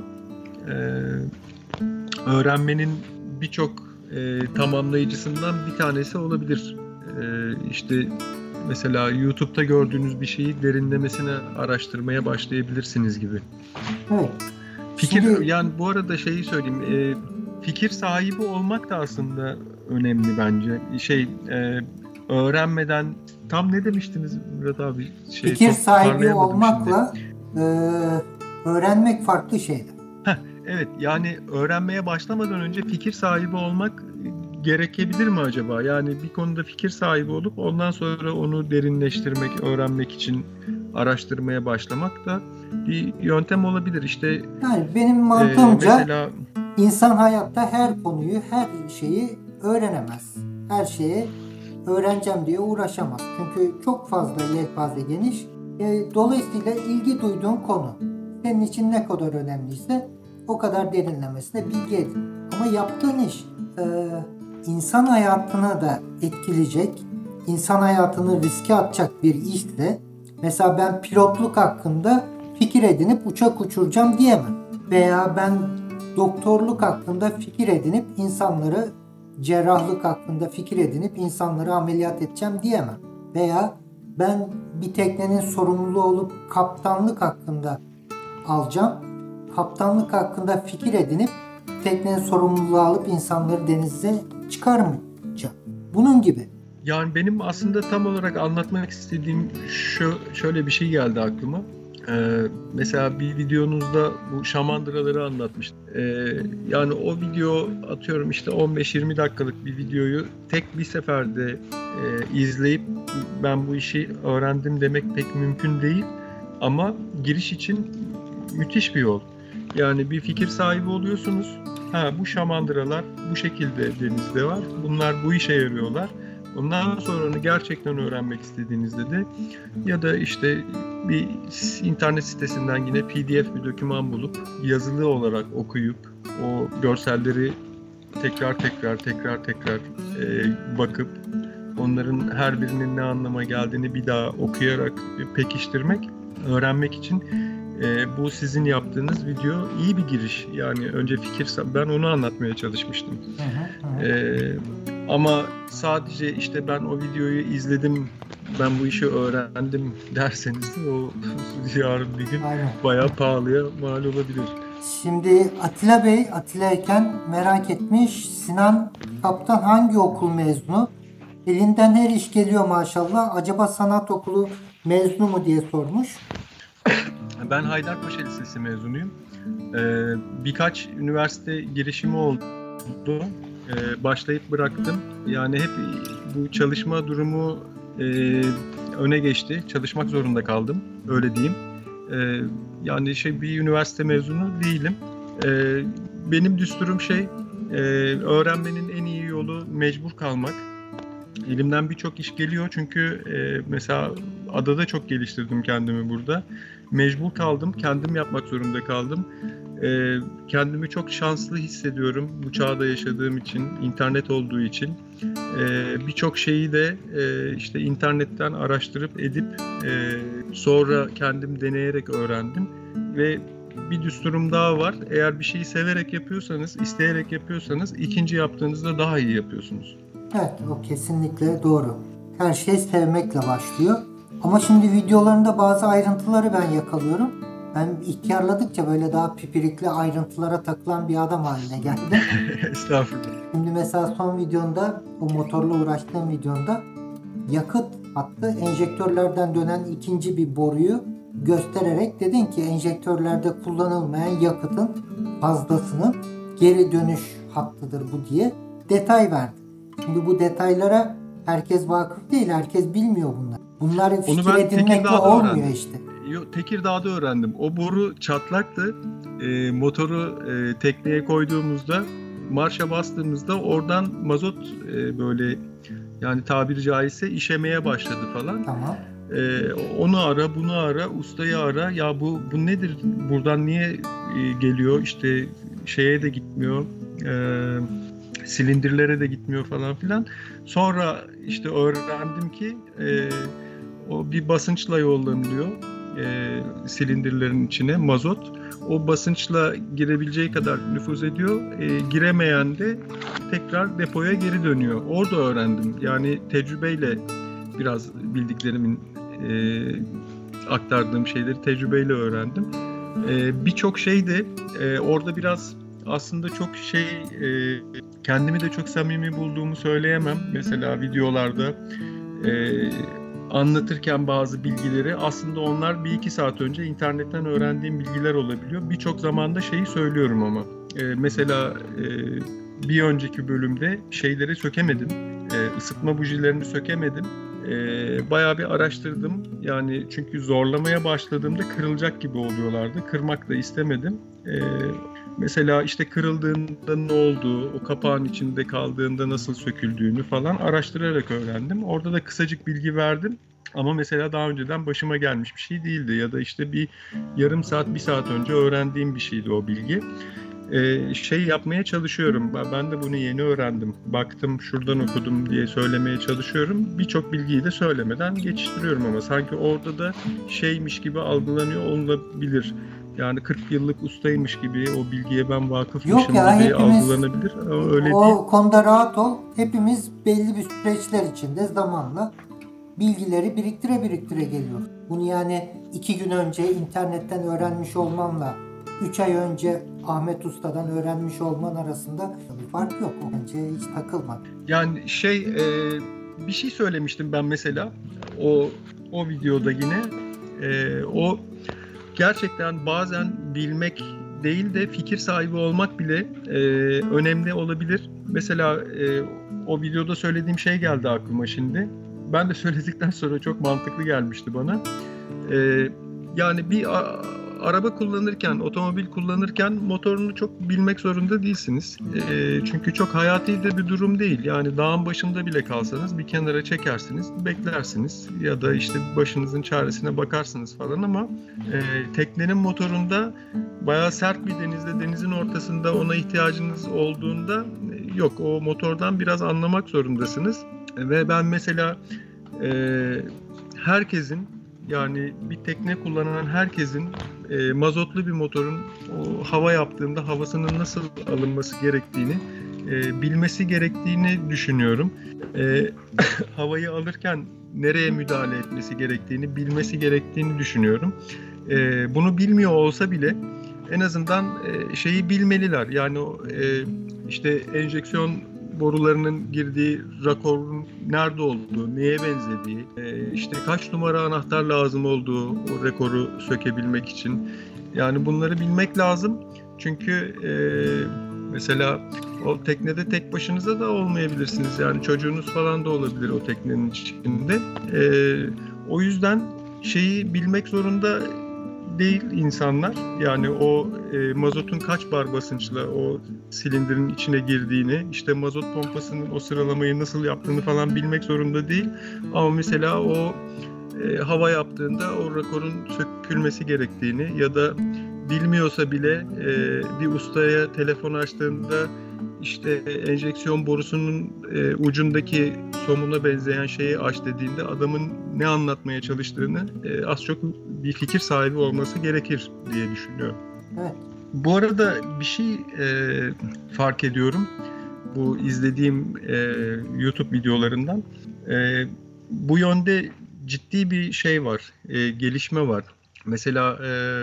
öğrenmenin birçok tamamlayıcısından bir tanesi olabilir. İşte mesela YouTube'da gördüğünüz bir şeyi derinlemesine araştırmaya başlayabilirsiniz gibi. Evet. Yani bu arada şeyi söyleyeyim. Fikir sahibi olmak da aslında önemli bence. Öğrenmeden tam ne demiştiniz Murat abi? Fikir sahibi olmakla öğrenmek farklı şeyler. Evet, yani öğrenmeye başlamadan önce fikir sahibi olmak gerekebilir mi acaba? Yani bir konuda fikir sahibi olup ondan sonra onu derinleştirmek, öğrenmek için araştırmaya başlamak da bir yöntem olabilir. İşte yani benim mantığımca mesela insan hayatta her konuyu, her şeyi öğrenemez. Her şeyi öğreneceğim diye uğraşamaz. Çünkü çok fazla yelpaze geniş. Dolayısıyla ilgi duyduğun konu senin için ne kadar önemliyse o kadar derinlemesine bilgi edin. Ama yaptığın iş insan hayatına da etkileyecek, insan hayatını riske atacak bir işse, mesela ben pilotluk hakkında fikir edinip uçak uçuracağım diyemem. Veya ben doktorluk hakkında fikir edinip insanları, cerrahlık hakkında fikir edinip insanları ameliyat edeceğim diyemem. Veya ben bir teknenin sorumluluğu olup kaptanlık hakkında alacağım. Kaptanlık hakkında fikir edinip teknenin sorumluluğu alıp insanları denize çıkarmayacağım. Bunun gibi. Yani benim aslında tam olarak anlatmak istediğim şöyle bir şey geldi aklıma. Mesela bir videonuzda bu şamandıraları anlatmıştım. Yani o video, atıyorum işte 15-20 dakikalık bir videoyu tek bir seferde izleyip ben bu işi öğrendim demek pek mümkün değil. Ama giriş için müthiş bir yol. Yani bir fikir sahibi oluyorsunuz. Bu şamandıralar bu şekilde denizde var. Bunlar bu işe yarıyorlar. Ondan sonra onu gerçekten öğrenmek istediğinizde de ya da işte bir internet sitesinden yine PDF bir doküman bulup yazılı olarak okuyup o görselleri tekrar bakıp onların her birinin ne anlama geldiğini bir daha okuyarak pekiştirmek, öğrenmek için bu sizin yaptığınız video iyi bir giriş. Yani önce ben onu anlatmaya çalışmıştım. Ama sadece işte ben o videoyu izledim, ben bu işi öğrendim derseniz de o yarın bir gün bayağı pahalıya mal olabilir. Şimdi Atilla Bey, Atilla'yken merak etmiş, Sinan Kaptan hangi okul mezunu? Elinden her iş geliyor maşallah. Acaba sanat okulu mezunu mu diye sormuş. Ben Haydarpaşa Lisesi mezunuyum. Birkaç üniversite girişimi oldu. Başlayıp bıraktım. Yani hep bu çalışma durumu öne geçti. Çalışmak zorunda kaldım. Öyle diyeyim. Yani bir üniversite mezunu değilim. Benim düsturum öğrenmenin en iyi yolu mecbur kalmak. Elimden birçok iş geliyor çünkü mesela adada çok geliştirdim kendimi burada. Mecbur kaldım, kendim yapmak zorunda kaldım. Kendimi çok şanslı hissediyorum bu çağda yaşadığım için, internet olduğu için. Birçok şeyi de işte internetten araştırıp edip sonra kendim deneyerek öğrendim ve bir düsturum daha var. Eğer bir şeyi severek yapıyorsanız, isteyerek yapıyorsanız ikinci yaptığınızda daha iyi yapıyorsunuz. Evet, o kesinlikle doğru. Her şey sevmekle başlıyor. Ama şimdi videolarında bazı ayrıntıları ben yakalıyorum. Ben ihtiyarladıkça böyle daha pipirikli ayrıntılara takılan bir adam haline geldim. Estağfurullah. Şimdi mesela son videonda, o motorla uğraştığım videonda yakıt hattı enjektörlerden dönen ikinci bir boruyu göstererek dedin ki enjektörlerde kullanılmayan yakıtın fazlasının geri dönüş hattıdır bu diye detay verdin. Şimdi bu detaylara herkes vakıf değil, herkes bilmiyor bunlar. Bunları fikir edinmekle olmuyor öğrendim. İşte. Tekirdağ'da öğrendim. O boru çatlaktı. Motoru tekneye koyduğumuzda, marşa bastığımızda oradan mazot böyle yani tabiri caizse işemeye başladı falan. Tamam. Onu ara, bunu ara, ustayı ara. Ya bu nedir? Buradan niye geliyor? İşte şeye de gitmiyor. Silindirlere de gitmiyor falan filan. Sonra işte öğrendim ki o bir basınçla yollanılıyor silindirlerin içine mazot. O basınçla girebileceği kadar nüfuz ediyor. Giremeyen de tekrar depoya geri dönüyor. Orada öğrendim. Yani tecrübeyle biraz bildiklerimin aktardığım şeyleri tecrübeyle öğrendim. Birçok şey de orada biraz aslında çok kendimi de çok samimi bulduğumu söyleyemem. Mesela videolarda anlatırken bazı bilgileri aslında onlar 1-2 saat önce internetten öğrendiğim bilgiler olabiliyor. Birçok zamanda şeyi söylüyorum ama. Mesela bir önceki bölümde şeyleri sökemedim. Isıtma bujilerini sökemedim. Bayağı bir araştırdım. Yani çünkü zorlamaya başladığımda kırılacak gibi oluyorlardı. Kırmak da istemedim. Mesela işte kırıldığında ne olduğu, o kapağın içinde kaldığında nasıl söküldüğünü falan araştırarak öğrendim. Orada da kısacık bilgi verdim. Ama mesela daha önceden başıma gelmiş bir şey değildi. Ya da işte bir yarım saat, bir saat önce öğrendiğim bir şeydi o bilgi. Yapmaya çalışıyorum. Ben de bunu yeni öğrendim. Baktım, şuradan okudum diye söylemeye çalışıyorum. Birçok bilgiyi de söylemeden geçiştiriyorum ama sanki orada da şeymiş gibi algılanıyor olabilir. Yani 40 yıllık ustaymış gibi o bilgiye ben vakıfmışım gibi algılanabilir. Ama öyle değil. O konuda rahat ol. Hepimiz belli bir süreçler içinde zamanla bilgileri biriktire geliyoruz. Bunu yani 2 gün önce internetten öğrenmiş olmanla 3 ay önce Ahmet Usta'dan öğrenmiş olman arasında bir fark yok. Bence hiç takılma. Yani bir şey söylemiştim ben mesela o videoda yine. O gerçekten bazen bilmek değil de fikir sahibi olmak bile önemli olabilir. Mesela o videoda söylediğim şey geldi aklıma şimdi. Ben de söyledikten sonra çok mantıklı gelmişti bana. Yani bir araba kullanırken, otomobil kullanırken motorunu çok bilmek zorunda değilsiniz. Çünkü çok hayati de bir durum değil. Yani dağın başında bile kalsanız bir kenara çekersiniz, beklersiniz. Ya da işte başınızın çaresine bakarsınız falan ama teknenin motorunda bayağı sert bir denizin ortasında ona ihtiyacınız olduğunda yok. O motordan biraz anlamak zorundasınız. Ve ben mesela herkesin yani bir tekne kullanan herkesin mazotlu bir motorun o hava yaptığında havasının nasıl alınması gerektiğini bilmesi gerektiğini düşünüyorum. Havayı alırken nereye müdahale etmesi gerektiğini bilmesi gerektiğini düşünüyorum. Bunu bilmiyor olsa bile en azından şeyi bilmeliler. Yani işte enjeksiyon borularının girdiği rakorun nerede olduğu, neye benzediği, işte kaç numara anahtar lazım olduğu o rekoru sökebilmek için. Yani bunları bilmek lazım. Çünkü mesela o teknede tek başınıza da olmayabilirsiniz. Yani çocuğunuz falan da olabilir o teknenin içinde. O yüzden şeyi bilmek zorunda değil insanlar. Yani o mazotun kaç bar basınçla o silindirin içine girdiğini, işte mazot pompasının o sıralamayı nasıl yaptığını falan bilmek zorunda değil. Ama mesela o hava yaptığında o rakorun sökülmesi gerektiğini ya da bilmiyorsa bile bir ustaya telefon açtığında işte enjeksiyon borusunun ucundaki somuna benzeyen şeyi aç dediğinde adamın ne anlatmaya çalıştığını az çok bir fikir sahibi olması gerekir diye düşünüyorum. Evet. Bu arada bir şey fark ediyorum bu izlediğim YouTube videolarından. Bu yönde ciddi bir şey var, gelişme var. Mesela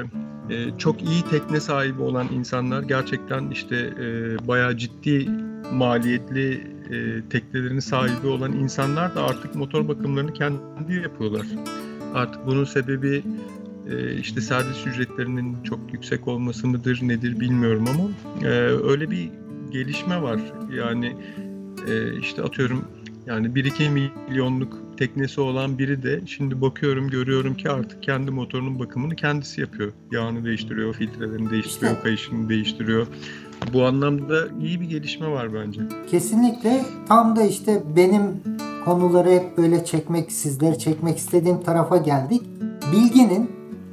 çok iyi tekne sahibi olan insanlar gerçekten işte bayağı ciddi maliyetli teknelerin sahibi olan insanlar da artık motor bakımlarını kendi yapıyorlar. Artık bunun sebebi işte servis ücretlerinin çok yüksek olması mıdır nedir bilmiyorum ama öyle bir gelişme var. Yani işte atıyorum yani 1-2 milyonluk teknesi olan biri de şimdi bakıyorum görüyorum ki artık kendi motorunun bakımını kendisi yapıyor. Yağını değiştiriyor, filtrelerini değiştiriyor, İşte, kayışını değiştiriyor. Bu anlamda iyi bir gelişme var bence. kesinlikle tam da işte benim konuları hep böyle sizleri çekmek istediğim tarafa geldik. Bilginin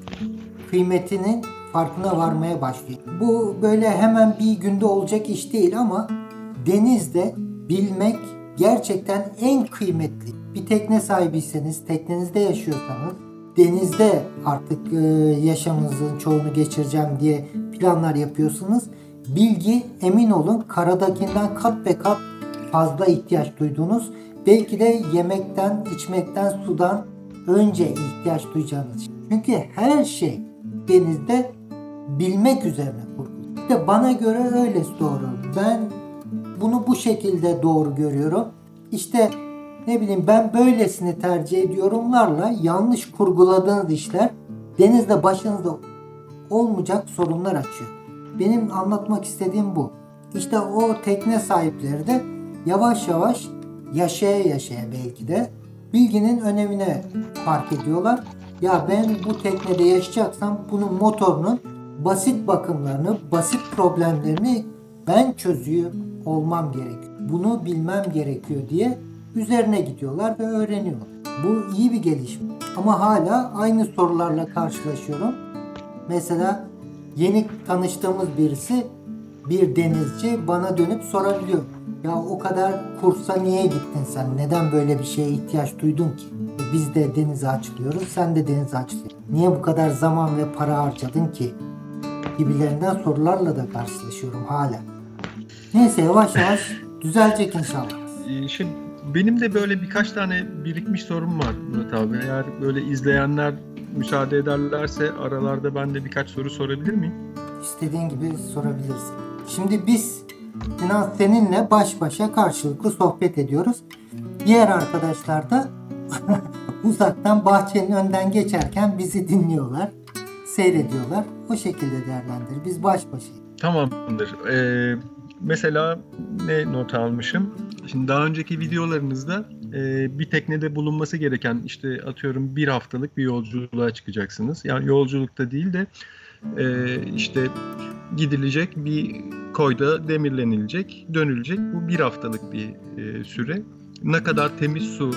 kıymetinin farkına varmaya başlıyor. Bu böyle hemen bir günde olacak iş değil ama denizde bilmek gerçekten en kıymetli. Bir tekne sahibiyseniz, teknenizde yaşıyorsanız, denizde artık yaşamınızın çoğunu geçireceğim diye planlar yapıyorsunuz. Bilgi, emin olun, karadakinden kat ve kat fazla ihtiyaç duyduğunuz, belki de yemekten, içmekten, sudan önce ihtiyaç duyacağınız şey. Çünkü her şey denizde bilmek üzerine kurulu. İşte bana göre öylesi doğru. Ben bunu bu şekilde doğru görüyorum. İşte ne bileyim ben böylesini tercih ediyorumlarla yanlış kurguladığınız işler denizde başınızda olmayacak sorunlar açıyor. Benim anlatmak istediğim bu. İşte o tekne sahipleri de yavaş yavaş yaşaya belki de bilginin önemine fark ediyorlar. Ya ben bu teknede yaşayacaksam bunun motorunun basit bakımlarını, basit problemlerini ben çözüyor olmam gerekiyor. Bunu bilmem gerekiyor diye üzerine gidiyorlar ve öğreniyorlar. Bu iyi bir gelişme. Ama hala aynı sorularla karşılaşıyorum. Mesela yeni tanıştığımız birisi, bir denizci bana dönüp sorabiliyor. Ya o kadar kursa niye gittin sen? Neden böyle bir şeye ihtiyaç duydun ki? Biz de denize açılıyoruz, sen de denize açılıyorsun. Niye bu kadar zaman ve para harcadın ki? Gibilerinden sorularla da karşılaşıyorum hala. Neyse yavaş yavaş düzelecek inşallah. Şimdi benim de böyle birkaç tane birikmiş sorum var Murat abi. Eğer böyle izleyenler müsaade ederlerse aralarda ben de birkaç soru sorabilir miyim? İstediğin gibi sorabilirsin. Şimdi biz Sinan seninle baş başa karşılıklı sohbet ediyoruz. Diğer arkadaşlar da uzaktan bahçenin önden geçerken bizi dinliyorlar, seyrediyorlar. O şekilde değerlendir. Biz baş başayız. Tamamdır. Mesela ne not almışım? Şimdi daha önceki videolarınızda bir teknede bulunması gereken işte atıyorum 1 haftalık bir yolculuğa çıkacaksınız. Yani yolculukta değil de işte gidilecek bir koyda demirlenilecek, dönülecek. Bu 1 haftalık bir süre. Ne kadar temiz su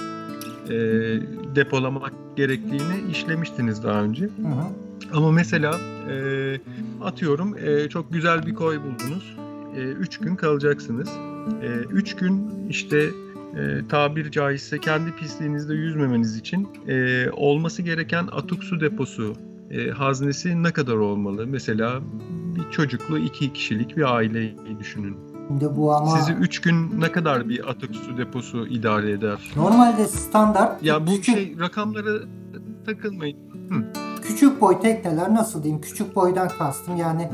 depolamak gerektiğini işlemiştiniz daha önce. Hı hı. Ama mesela atıyorum çok güzel bir koy buldunuz. 3 gün kalacaksınız. 3 gün işte tabiri caizse kendi pisliğinizde yüzmemeniz için olması gereken atık su deposu haznesi ne kadar olmalı? Mesela bir çocuklu 2 kişilik bir aileyi düşünün. Şimdi bu ama Sizi 3 gün ne kadar bir atık su deposu idare eder? normalde standart Ya bu küçük, rakamlara takılmayın. küçük boy tekneler, nasıl diyeyim, küçük boydan kastım yani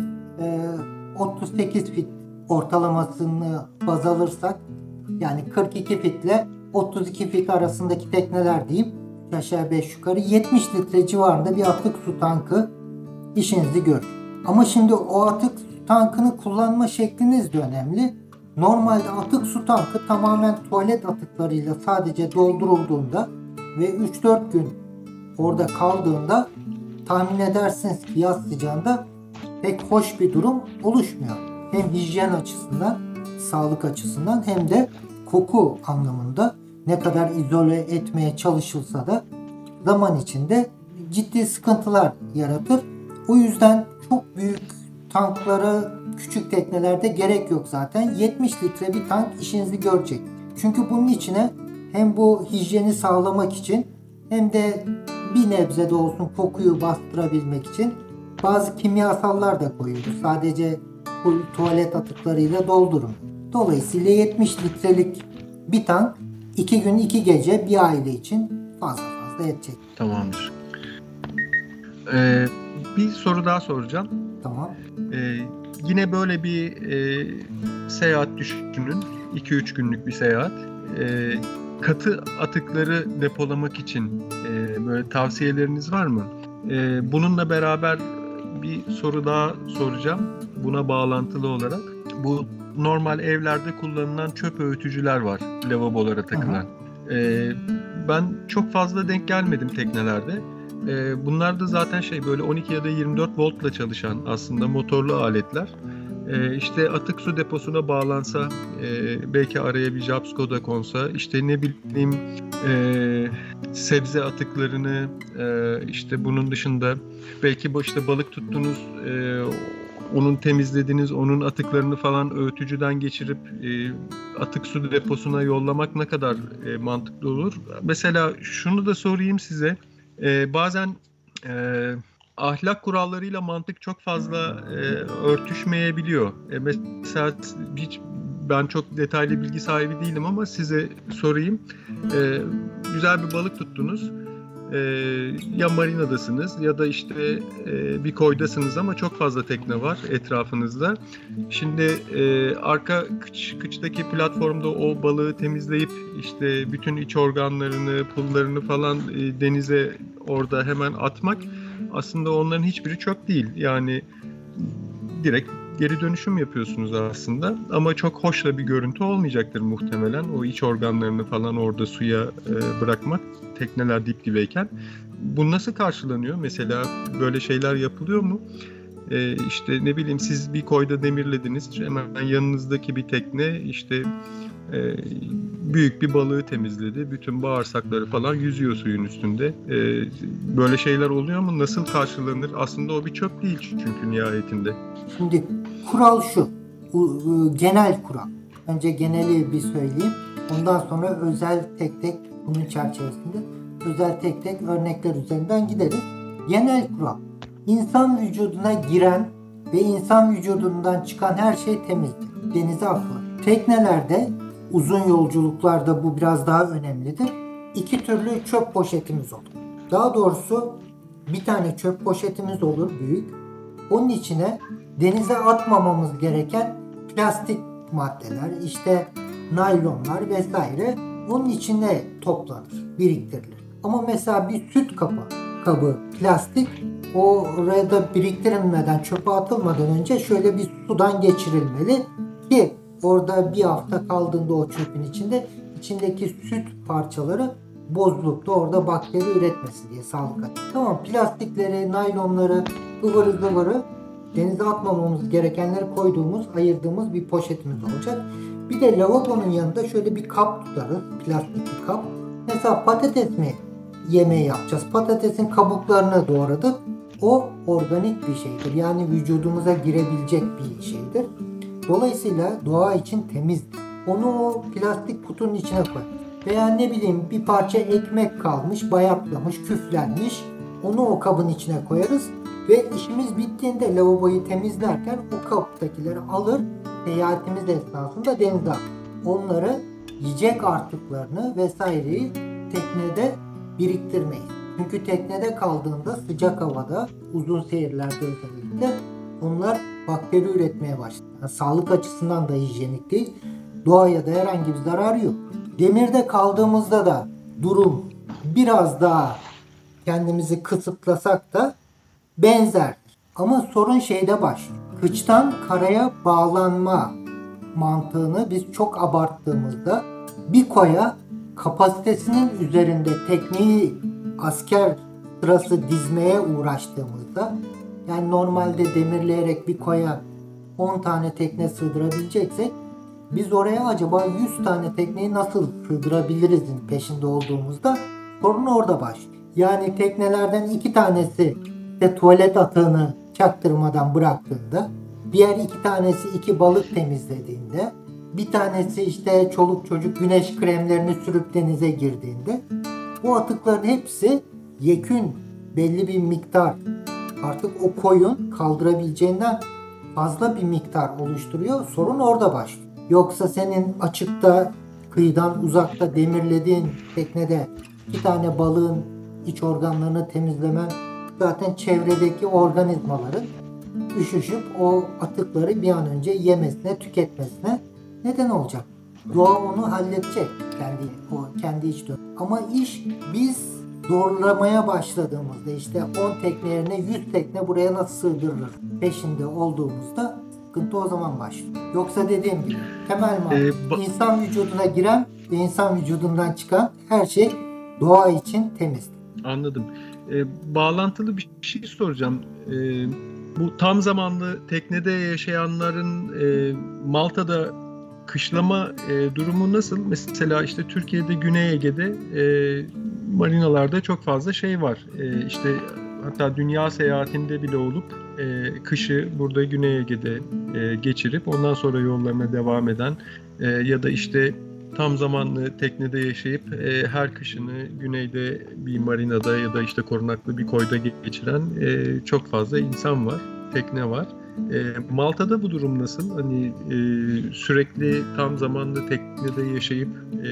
38 fit ortalamasını baz alırsak yani 42 fitle 32 fit arasındaki tekneler diyeyim, aşağı 5 yukarı 70 litre civarında bir atık su tankı işinizi görür. Ama şimdi o atık su tankını kullanma şekliniz de önemli. Normalde atık su tankı tamamen tuvalet atıklarıyla sadece doldurulduğunda ve 3-4 gün orada kaldığında tahmin edersiniz ki yaz sıcağında pek hoş bir durum oluşmuyor. Hem hijyen açısından, sağlık açısından hem de koku anlamında ne kadar izole etmeye çalışılsa da zaman içinde ciddi sıkıntılar yaratır. O yüzden çok büyük tanklara küçük teknelerde gerek yok zaten. 70 litre bir tank işinizi görecek. Çünkü bunun içine hem bu hijyeni sağlamak için hem de bir nebze de olsun kokuyu bastırabilmek için bazı kimyasallar da koyuyoruz. Sadece bu tuvalet atıklarıyla doldurun. Dolayısıyla 70 litrelik bir tank 2 gün 2 gece bir aile için fazla yetecek. Tamamdır. Bir soru daha soracağım. Tamam. Yine böyle bir seyahat düşünün. 2-3 günlük bir seyahat. Katı atıkları depolamak için böyle tavsiyeleriniz var mı? Bununla beraber bir soru daha soracağım. Buna bağlantılı olarak. Bu normal evlerde kullanılan çöp öğütücüler var. Lavabolara takılan. Ben çok fazla denk gelmedim teknelerde. Bunlar da zaten böyle 12 ya da 24 voltla çalışan aslında motorlu aletler. İşte atık su deposuna bağlansa, belki araya bir Japsko da konsa, işte ne bileyim sebze atıklarını, işte bunun dışında belki işte balık tuttunuz, onun temizlediniz, onun atıklarını falan öğütücüden geçirip atık su deposuna yollamak ne kadar mantıklı olur? Mesela şunu da sorayım size. Bazen ahlak kurallarıyla mantık çok fazla örtüşmeyebiliyor. Mesela ben çok detaylı bilgi sahibi değilim ama size sorayım. Güzel bir balık tuttunuz. Ya marinadasınız ya da işte bir koydasınız ama çok fazla tekne var etrafınızda. Şimdi arka kıçtaki platformda o balığı temizleyip işte bütün iç organlarını, pullarını falan denize orada hemen atmak aslında onların hiçbiri çöp değil. Yani direkt geri dönüşüm yapıyorsunuz aslında ama çok hoş da bir görüntü olmayacaktır muhtemelen. O iç organlarını falan orada suya bırakmak tekneler dip dibeyken. Bu nasıl karşılanıyor? Mesela böyle şeyler yapılıyor mu? İşte ne bileyim siz bir koyda demirlediniz. Hemen yanınızdaki bir tekne işte büyük bir balığı temizledi. Bütün bağırsakları falan yüzüyor suyun üstünde. Böyle şeyler oluyor mu? Nasıl karşılanır? Aslında o bir çöp değil çünkü nihayetinde. Şimdi kural şu. Genel kural. Önce geneli bir söyleyeyim. Ondan sonra özel tek tek bunun çerçevesinde özel tek tek örnekler üzerinden gideriz. Genel kural. İnsan vücuduna giren ve insan vücudundan çıkan her şey temizdir. Denize atılır. Teknelerde uzun yolculuklarda bu biraz daha önemlidir. 2 türlü çöp poşetimiz olur. Daha doğrusu bir tane çöp poşetimiz olur büyük. Onun içine denize atmamamız gereken plastik maddeler, işte naylonlar vesaire onun içine toplanır, biriktirilir. Ama mesela bir süt kabı plastik oraya da biriktirilmeden, çöpe atılmadan önce şöyle bir sudan geçirilmeli ki orada bir hafta kaldığında o çöpün içindeki süt parçaları bozulup da orada bakteri üretmesin diye sağlık açısından. Tamam, plastikleri, naylonları, ıvırı zıvırı denize atmamamız gerekenleri koyduğumuz, ayırdığımız bir poşetimiz olacak. Bir de lavabonun yanında şöyle bir kap tutarız, plastik bir kap. Mesela patates mi yemeği yapacağız? Patatesin kabuklarını doğradık. O organik bir şeydir. Yani vücudumuza girebilecek bir şeydir. Dolayısıyla doğa için temizdir. Onu o plastik kutunun içine koy. Veya ne bileyim bir parça ekmek kalmış, bayatlamış, küflenmiş. Onu o kabın içine koyarız. Ve işimiz bittiğinde lavaboyu temizlerken o kaptakileri alır, seyahatimiz esnasında denize atar. Onları, yiyecek artıklarını vesaireyi teknede biriktirmeyiz. Çünkü teknede kaldığında sıcak havada, uzun seyirlerde özellikle onlar bakteri üretmeye başlar. Yani sağlık açısından da hijyenik değil. Doğaya da herhangi bir zarar yok. Demirde kaldığımızda da durum biraz daha kendimizi kısıtlasak da benzerdir. Ama sorun şeyde başlıyor. Kıçtan karaya bağlanma mantığını biz çok abarttığımızda bir koya kapasitesinin üzerinde tekneyi asker sırası dizmeye uğraştığımızda, yani normalde demirleyerek bir koya 10 tane tekne sığdırabileceksek biz oraya acaba 100 tane tekneyi nasıl sığdırabilirizin peşinde olduğumuzda sorun orada başlıyor. Yani teknelerden 2 tanesi de tuvalet atığını çaktırmadan bıraktığında, diğer 2 tanesi 2 balık temizlediğinde, bir tanesi işte çoluk çocuk güneş kremlerini sürüp denize girdiğinde, bu atıkların hepsi yekün belli bir miktar, artık o koyun kaldırabileceğinden fazla bir miktar oluşturuyor. Sorun orada başlıyor. Yoksa senin açıkta, kıyıdan uzakta demirlediğin teknede 2 tane balığın iç organlarını temizlemen zaten çevredeki organizmaların üşüşüp o atıkları bir an önce yemesine, tüketmesine neden olacak. Doğa onu halledecek kendi iç dönüşü. Ama iş biz zorlamaya başladığımızda, işte 10 tekne yerine 100 tekne buraya nasıl sığdırılır peşinde olduğumuzda sıkıntı o zaman başlıyor. Yoksa dediğim gibi temel mantık insan vücuduna giren ve insan vücudundan çıkan her şey doğa için temiz. Anladım. Bağlantılı bir şey soracağım. Bu tam zamanlı teknede yaşayanların Malta'da kışlama durumu nasıl? Mesela işte Türkiye'de Güney Ege'de marinalarda çok fazla şey var. İşte hatta dünya seyahatinde bile olup kışı burada Güney Ege'de geçirip ondan sonra yollarına devam eden ya da işte tam zamanlı teknede yaşayıp her kışını güneyde bir marinada ya da işte korunaklı bir koyda geçiren çok fazla insan var, tekne var. Malta'da bu durum nasıl? Hani sürekli tam zamanlı teknede yaşayıp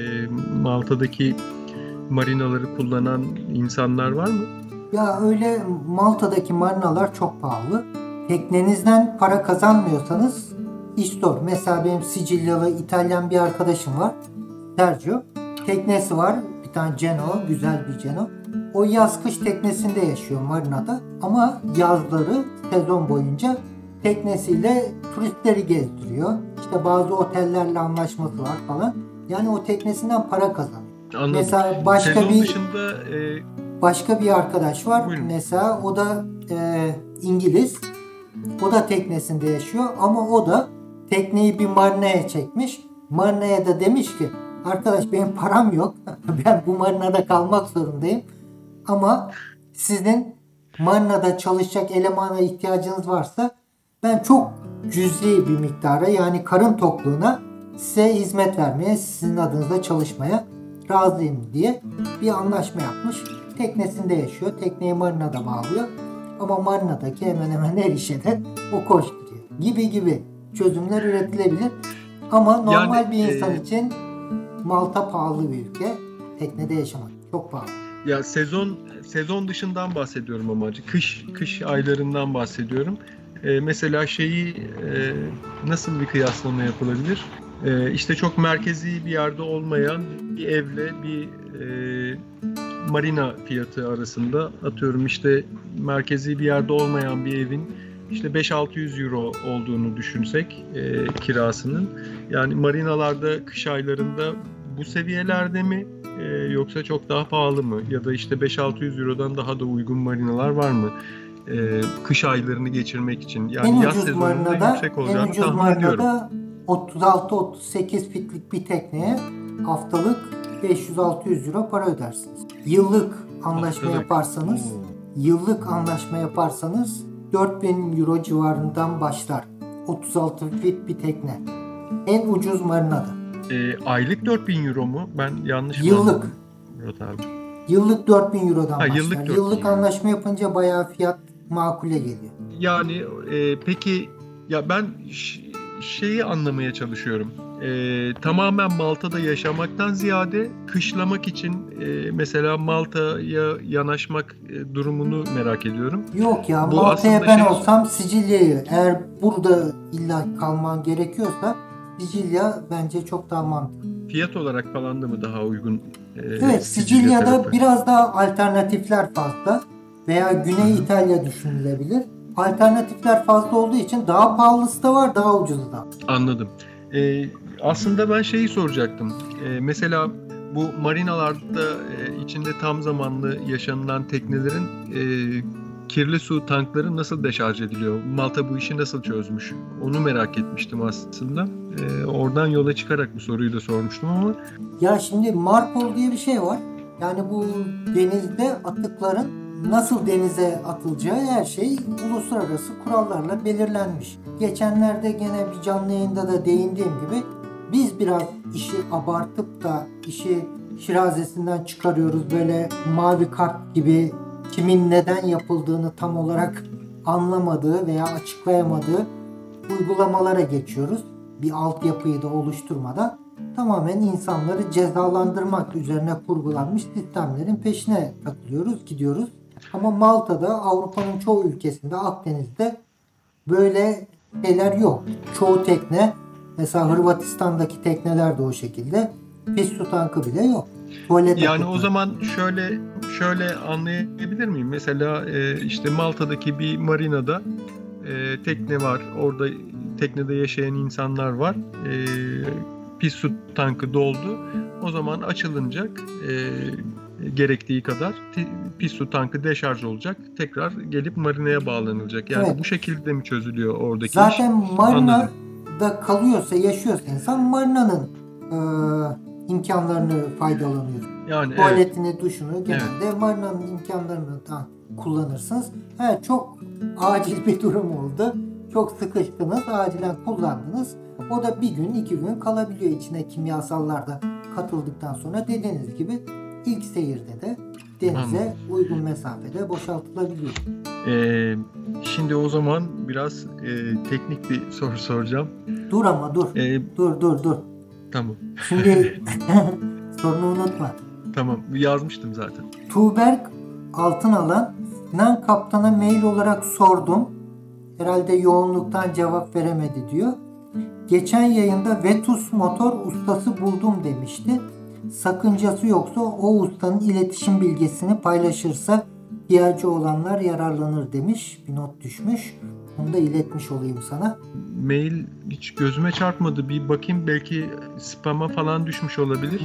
Malta'daki marinaları kullanan insanlar var mı? Ya öyle, Malta'daki marinalar çok pahalı. Teknenizden para kazanmıyorsanız iş zor. Mesela benim Sicilyalı İtalyan bir arkadaşım var. Sergio. Teknesi var. Bir tane Genoa. Güzel bir Genoa. O yaz kış teknesinde yaşıyor marinada. Ama yazları sezon boyunca teknesiyle turistleri gezdiriyor. İşte bazı otellerle anlaşması var falan. Yani o teknesinden para kazanıyor. Anladım. Mesela başka bir arkadaş var. Buyurun. Mesela o da İngiliz. O da teknesinde yaşıyor ama o da tekneyi bir marinaya çekmiş. Marinaya da demiş ki, arkadaş benim param yok. Ben bu marinada kalmak zorundayım. Ama sizin marinada çalışacak elemana ihtiyacınız varsa ben çok cüzi bir miktara, yani karın tokluğuna size hizmet vermeye, sizin adınıza çalışmaya razıyım diye bir anlaşma yapmış. Teknesinde yaşıyor. Tekneyi marinada bağlıyor. Ama marinadaki hemen hemen her işe de o koşturuyor. Gibi çözümler üretilebilir. Ama normal bir insan için Malta pahalı bir ülke. Teknede yaşamak çok pahalı. Ya sezon dışından bahsediyorum ama kış aylarından bahsediyorum. Mesela nasıl bir kıyaslama yapılabilir? İşte çok merkezi bir yerde olmayan bir evle bir marina fiyatı arasında, atıyorum işte merkezi bir yerde olmayan bir evin işte 5-600 euro olduğunu düşünsek kirasının. Yani marinalarda kış aylarında bu seviyelerde mi yoksa çok daha pahalı mı? Ya da işte 5-600 eurodan daha da uygun marinalar var mı? Kış aylarını geçirmek için. Yani yaz sezonunda yüksek olacağını tahmin ediyorum. 36-38 fitlik bir tekneye haftalık 500-600 euro para ödersiniz. Yıllık anlaşma yaparsanız 4000 euro civarından başlar. 36 fit bir tekne. En ucuz marinada. Aylık 4000 euro mu? Ben yanlış mı Yıllık. anladım? Murat abi. Yıllık 4000 eurodan başlar. Yıllık anlaşma yapınca bayağı fiyat makule geliyor. Yani peki ya ben şeyi anlamaya çalışıyorum. Tamamen Malta'da yaşamaktan ziyade kışlamak için mesela Malta'ya yanaşmak durumunu merak ediyorum. Yok ya, Malta'ya ben olsam Sicilya'yı, eğer burada illa kalman gerekiyorsa Sicilya bence çok daha mantıklı. Fiyat olarak falan da mı daha uygun? Evet, Sicilya'da biraz daha alternatifler fazla veya Güney İtalya düşünülebilir. Alternatifler fazla olduğu için daha pahalısı da var, daha ucuzu da. Anladım. Aslında ben şeyi soracaktım. Mesela bu marinalarda içinde tam zamanlı yaşanılan teknelerin kirli su tankları nasıl deşarj ediliyor? Malta bu işi nasıl çözmüş? Onu merak etmiştim aslında. Oradan yola çıkarak bu soruyu da sormuştum ama. Ya şimdi Marpol diye bir şey var. Yani bu denizde atıkların nasıl denize atılacağı her şey uluslararası kurallarla belirlenmiş. Geçenlerde gene bir canlı yayında da değindiğim gibi biz biraz işi abartıp da işi şirazesinden çıkarıyoruz. Böyle mavi kart gibi kimin neden yapıldığını tam olarak anlamadığı veya açıklayamadığı uygulamalara geçiyoruz. Bir altyapıyı da oluşturmadan tamamen insanları cezalandırmak üzerine kurgulanmış sistemlerin peşine takılıyoruz, gidiyoruz. Ama Malta'da, Avrupa'nın çoğu ülkesinde, Akdeniz'de böyle şeyler yok. Çoğu tekne, mesela Hırvatistan'daki tekneler de o şekilde, pis su tankı bile yok. Tuvalet Yani akıtma. o zaman şöyle anlayabilir miyim? Mesela işte Malta'daki bir marinada tekne var. Orada teknede yaşayan insanlar var. Pis su tankı doldu. O zaman açılınacak gerektiği kadar pis su tankı deşarj olacak. Tekrar gelip marinaya bağlanılacak. Yani Evet. bu şekilde mi çözülüyor oradaki iş? Zaten Anladım. marinada kalıyorsa, yaşıyorsa insan marinanın imkanlarını faydalanıyor. Yani evet. Tuvaletini, duşunu genelde marinanın imkanlarını da kullanırsınız. Evet, çok acil bir durum oldu. Çok sıkıştınız, acilen kullandınız. O da bir gün, 2 gün kalabiliyor içine kimyasallar da katıldıktan sonra, dediğiniz gibi ilk seyirde de denize uygun mesafede boşaltılabiliyor. Şimdi o zaman biraz teknik bir soru soracağım. Dur ama dur. Dur. Tamam. Şimdi sorunu unutma. Tamam. Yazmıştım zaten. Tuğberk Altınalan, Sinan Kaptan'a mail olarak sordum. Herhalde yoğunluktan cevap veremedi diyor. Geçen yayında Vetus motor ustası buldum demişti. Sakıncası yoksa o ustanın iletişim bilgisini paylaşırsa ihtiyacı olanlar yararlanır demiş. Bir not düşmüş. Onu da iletmiş olayım sana. Mail hiç gözüme çarpmadı. Bir bakayım, belki spam'a falan düşmüş olabilir.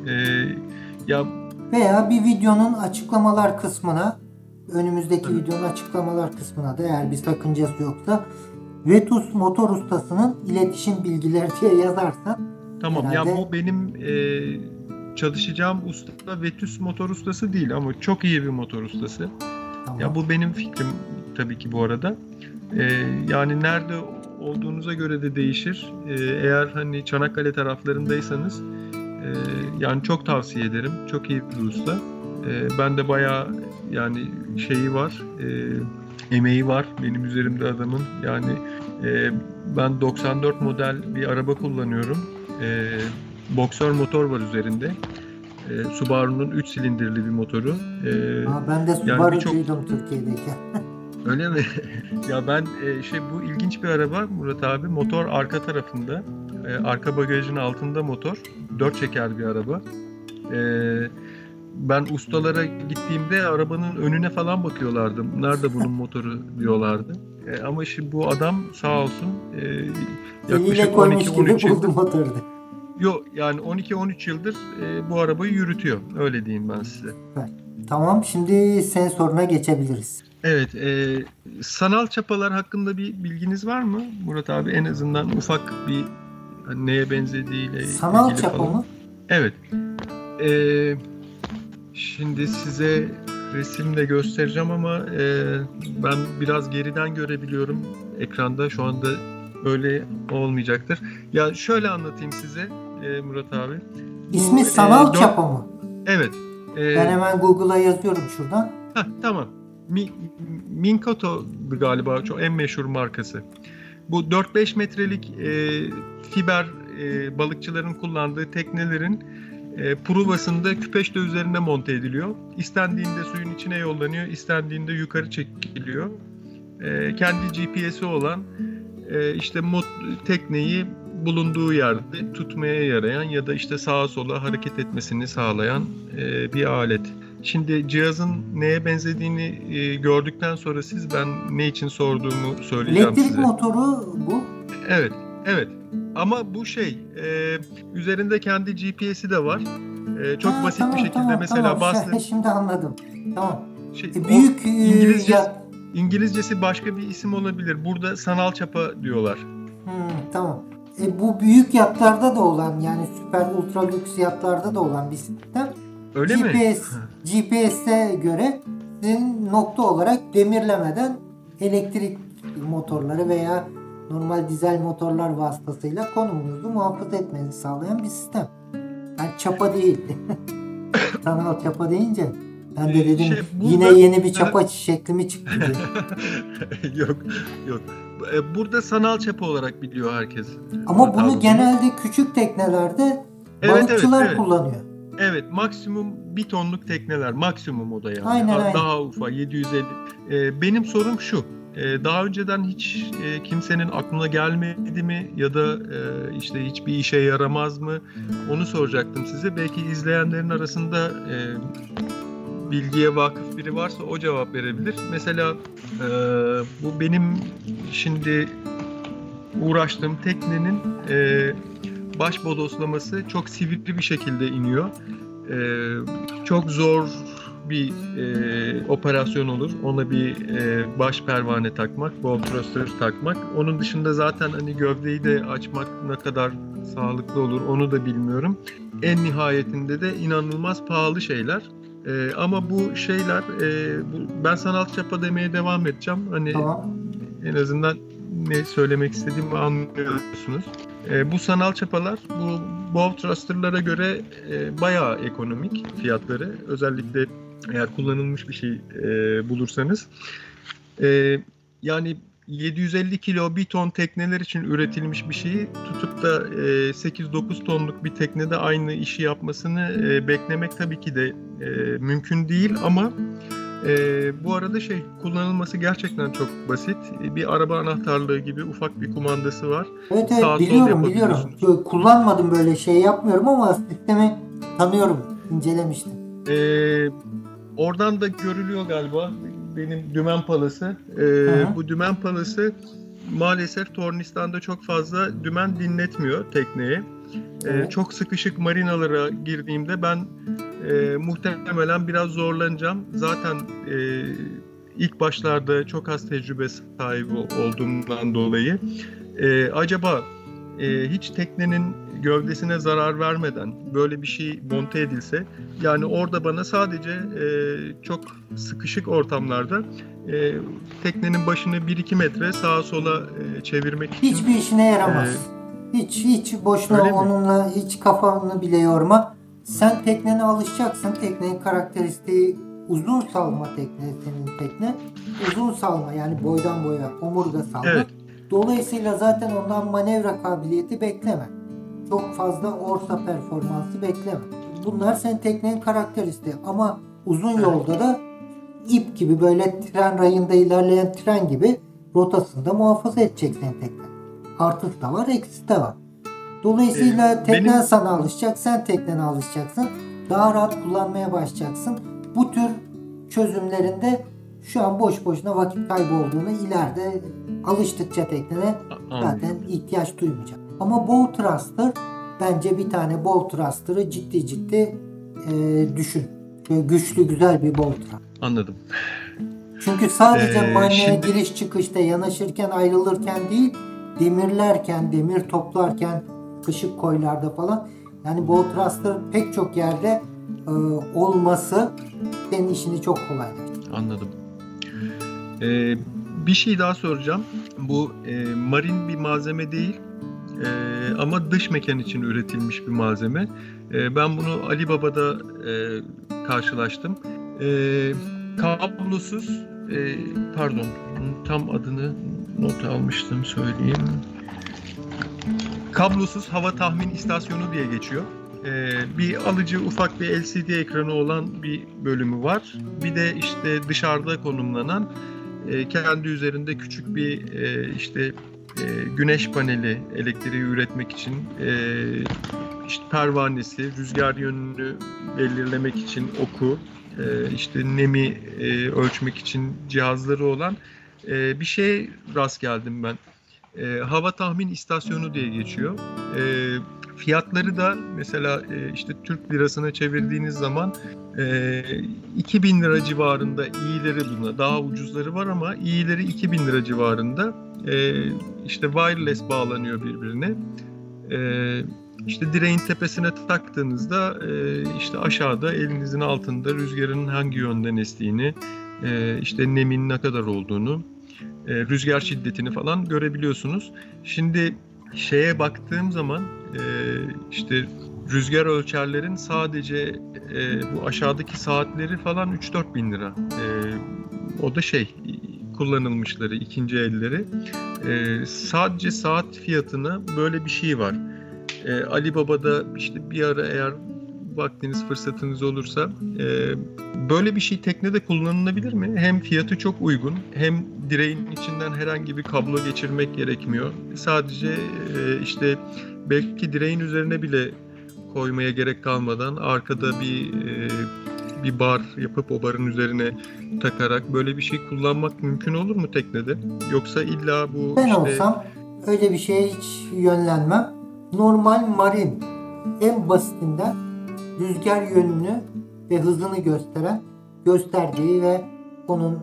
Ya veya bir videonun açıklamalar kısmına, önümüzdeki videonun açıklamalar kısmına da eğer bir sakıncası yoksa Vetus motor ustasının iletişim bilgileri diye yazarsan. Tamam. Herhalde... Ya bu benim çalışacağım usta Vetus motor ustası değil ama çok iyi bir motor ustası. Tamam. Ya bu benim fikrim tabii ki bu arada. Yani nerede olduğunuza göre de değişir. Eğer hani Çanakkale taraflarındaysanız yani çok tavsiye ederim. Çok iyi bir usta. Ben de bayağı yani şeyi var, emeği var benim üzerimde adamın. Yani ben 94 model bir araba kullanıyorum. Boksör motor var üzerinde. Subaru'nun 3 silindirli bir motoru. Ben de Subaru'cuydum yani Türkiye'deyken. Öyle mi? Ya ben bu ilginç bir araba Murat abi. Motor arka tarafında. Arka bagajın altında motor. 4 çeker bir araba. Ben ustalara gittiğimde arabanın önüne falan bakıyorlardı. Nerede bunun motoru diyorlardı. Ama şimdi bu adam sağ olsun yaklaşık 12-13 yıldır motoru. Yok yani 12-13 yıldır bu arabayı yürütüyor. Öyle diyeyim ben size. Evet. Tamam, şimdi senin soruna geçebiliriz. Evet. Sanal çapalar hakkında bir bilginiz var mı Murat abi? En azından ufak bir neye benzediğiyle sanal ilgili çapa falan. mı? Evet. Şimdi size resimle göstereceğim ama ben biraz geriden görebiliyorum ekranda. Şu anda öyle olmayacaktır. Ya şöyle anlatayım size Murat abi. İsmi sanal çapa mı? Evet. Ben hemen Google'a yazıyorum şuradan. Tamam. Minkoto'du galiba çok en meşhur markası. Bu 4-5 metrelik fiber balıkçıların kullandığı teknelerin pruvasında küpeşte üzerine monte ediliyor. İstendiğinde suyun içine yollanıyor, istendiğinde yukarı çekiliyor. Kendi GPS'i olan işte tekneyi bulunduğu yerde tutmaya yarayan ya da işte sağa sola hareket etmesini sağlayan bir alet. Şimdi cihazın neye benzediğini gördükten sonra ben ne için sorduğumu söyleyeceğim Elektrik size. motoru bu. Evet. Ama bu üzerinde kendi GPS'i de var. Çok basit bir şekilde mesela bastığım... Şimdi anladım. Tamam. Büyük İngilizcesi başka bir isim olabilir. Burada sanal çapa diyorlar. Tamam. Bu büyük yatlarda da olan, yani süper ultra lüks yatlarda da olan bir sistem. Öyle mi? GPS'e göre sizin nokta olarak demirlemeden elektrik motorları veya normal dizel motorlar vasıtasıyla konumunuzu muhafaza etmenizi sağlayan bir sistem. Yani çapa değil. Sanal çapa deyince ben de dedim yine yeni bir çapa şekli mi çıktı diye. Yok. Burada sanal çapa olarak biliyor herkes. Ama bunu genelde küçük teknelerde balıkçılar kullanıyor. Evet, maksimum 1 tonluk tekneler, maksimum o da yani. Aynen. Daha ufak 750. Benim sorum şu. Daha önceden hiç kimsenin aklına gelmedi mi ya da işte hiçbir işe yaramaz mı? Onu soracaktım size. Belki izleyenlerin arasında bilgiye vakıf biri varsa o cevap verebilir. Mesela bu benim şimdi uğraştığım teknenin baş bodoslaması çok sivri bir şekilde iniyor. Çok zor bir operasyon olur. Ona bir baş pervane takmak, bow thruster takmak. Onun dışında zaten hani gövdeyi de açmak ne kadar sağlıklı olur onu da bilmiyorum. En nihayetinde de inanılmaz pahalı şeyler. Ama bu şeyler ben sanal çapa demeye devam edeceğim. Hani tamam. En azından ne söylemek istediğimi anlıyorsunuz. Bu sanal çapalar bu bow thruster'lara göre bayağı ekonomik fiyatları. Özellikle eğer kullanılmış bir şey bulursanız. Yani 750 kilo 1 ton tekneler için üretilmiş bir şeyi tutup da 8-9 tonluk bir teknede aynı işi yapmasını beklemek tabii ki de mümkün değil ama bu arada kullanılması gerçekten çok basit. Bir araba anahtarlığı gibi ufak bir kumandası var. Evet biliyorum. Kullanmadım, böyle şey yapmıyorum ama sistemi tanıyorum, incelemiştim. Oradan da görülüyor galiba benim dümen palası. Bu dümen palası maalesef tornistanda çok fazla dümen dinletmiyor tekneye. Evet. Çok sıkışık marinalara girdiğimde ben muhtemelen biraz zorlanacağım. Zaten ilk başlarda çok az tecrübe sahibi olduğumdan dolayı. Acaba hiç teknenin gövdesine zarar vermeden böyle bir şey monte edilse, yani orada bana sadece çok sıkışık ortamlarda teknenin başını 1-2 metre sağa sola çevirmek için... Hiçbir işine yaramaz. Hiç boşuna onunla hiç kafanı bile yorma. Sen teknene alışacaksın. Teknenin karakteristiği uzun salma tekne, senin tekne. Uzun salma, yani boydan boya omurga salma. Evet. Dolayısıyla zaten ondan manevra kabiliyeti bekleme. Çok fazla orta performansı bekleme. Bunlar senin teknenin karakteristiği. Ama uzun yolda da ip gibi, böyle tren rayında ilerleyen tren gibi rotasında muhafaza edecek senin tekne. Artısı da var, eksisi de var. Dolayısıyla teknen sana alışacak, sen teknene alışacaksın. Daha rahat kullanmaya başlayacaksın. Bu tür çözümlerinde şu an boş boşuna vakit kaybı olduğunu, ileride alıştıkça teknene zaten ihtiyaç duymayacak. Ama bow thruster, bence bir tane bow thruster'ı ciddi düşün. Böyle güçlü, güzel bir bow thruster. Anladım. Çünkü sadece manevra giriş çıkışta yanaşırken, ayrılırken değil, demirlerken, demir toplarken, kışık koylarda falan, yani bow thruster pek çok yerde olması senin işini çok kolaylaştırır. Anladım. Bir şey daha soracağım. Bu marin bir malzeme değil ama dış mekan için üretilmiş bir malzeme. Ben bunu Ali Baba'da karşılaştım. Kablosuz, pardon, tam adını not almıştım, söyleyeyim. Kablosuz hava tahmin istasyonu diye geçiyor. Bir alıcı, ufak bir LCD ekranı olan bir bölümü var. Bir de işte dışarıda konumlanan, kendi üzerinde küçük bir güneş paneli, elektriği üretmek için, işte pervanesi, rüzgar yönünü belirlemek için oku, işte nemi ölçmek için cihazları olan bir şeye rast geldim ben. Hava tahmin istasyonu diye geçiyor. Fiyatları da mesela işte Türk lirasına çevirdiğiniz zaman 2000 lira civarında iyileri buna. Daha ucuzları var ama iyileri 2000 lira civarında. İşte wireless bağlanıyor birbirine. İşte direğin tepesine taktığınızda işte aşağıda elinizin altında rüzgarın hangi yönden estiğini, işte nemin ne kadar olduğunu, rüzgar şiddetini falan görebiliyorsunuz. Şimdi şeye baktığım zaman işte rüzgar ölçerlerin sadece bu aşağıdaki saatleri falan 3-4 bin lira. O da kullanılmışları, ikinci elleri. Sadece saat fiyatına böyle bir şey var. Ali Baba'da işte bir ara eğer vaktiniz, fırsatınız olursa böyle bir şey teknede kullanılabilir mi? Hem fiyatı çok uygun, hem direğin içinden herhangi bir kablo geçirmek gerekmiyor. Sadece işte belki direğin üzerine bile koymaya gerek kalmadan arkada bir bar yapıp o barın üzerine takarak böyle bir şey kullanmak mümkün olur mu teknede? Yoksa illa bu Ben işte... olsam öyle bir şeye hiç yönlenmem. Normal marin en basitinden rüzgar yönünü ve hızını gösteren göstergeyi ve onun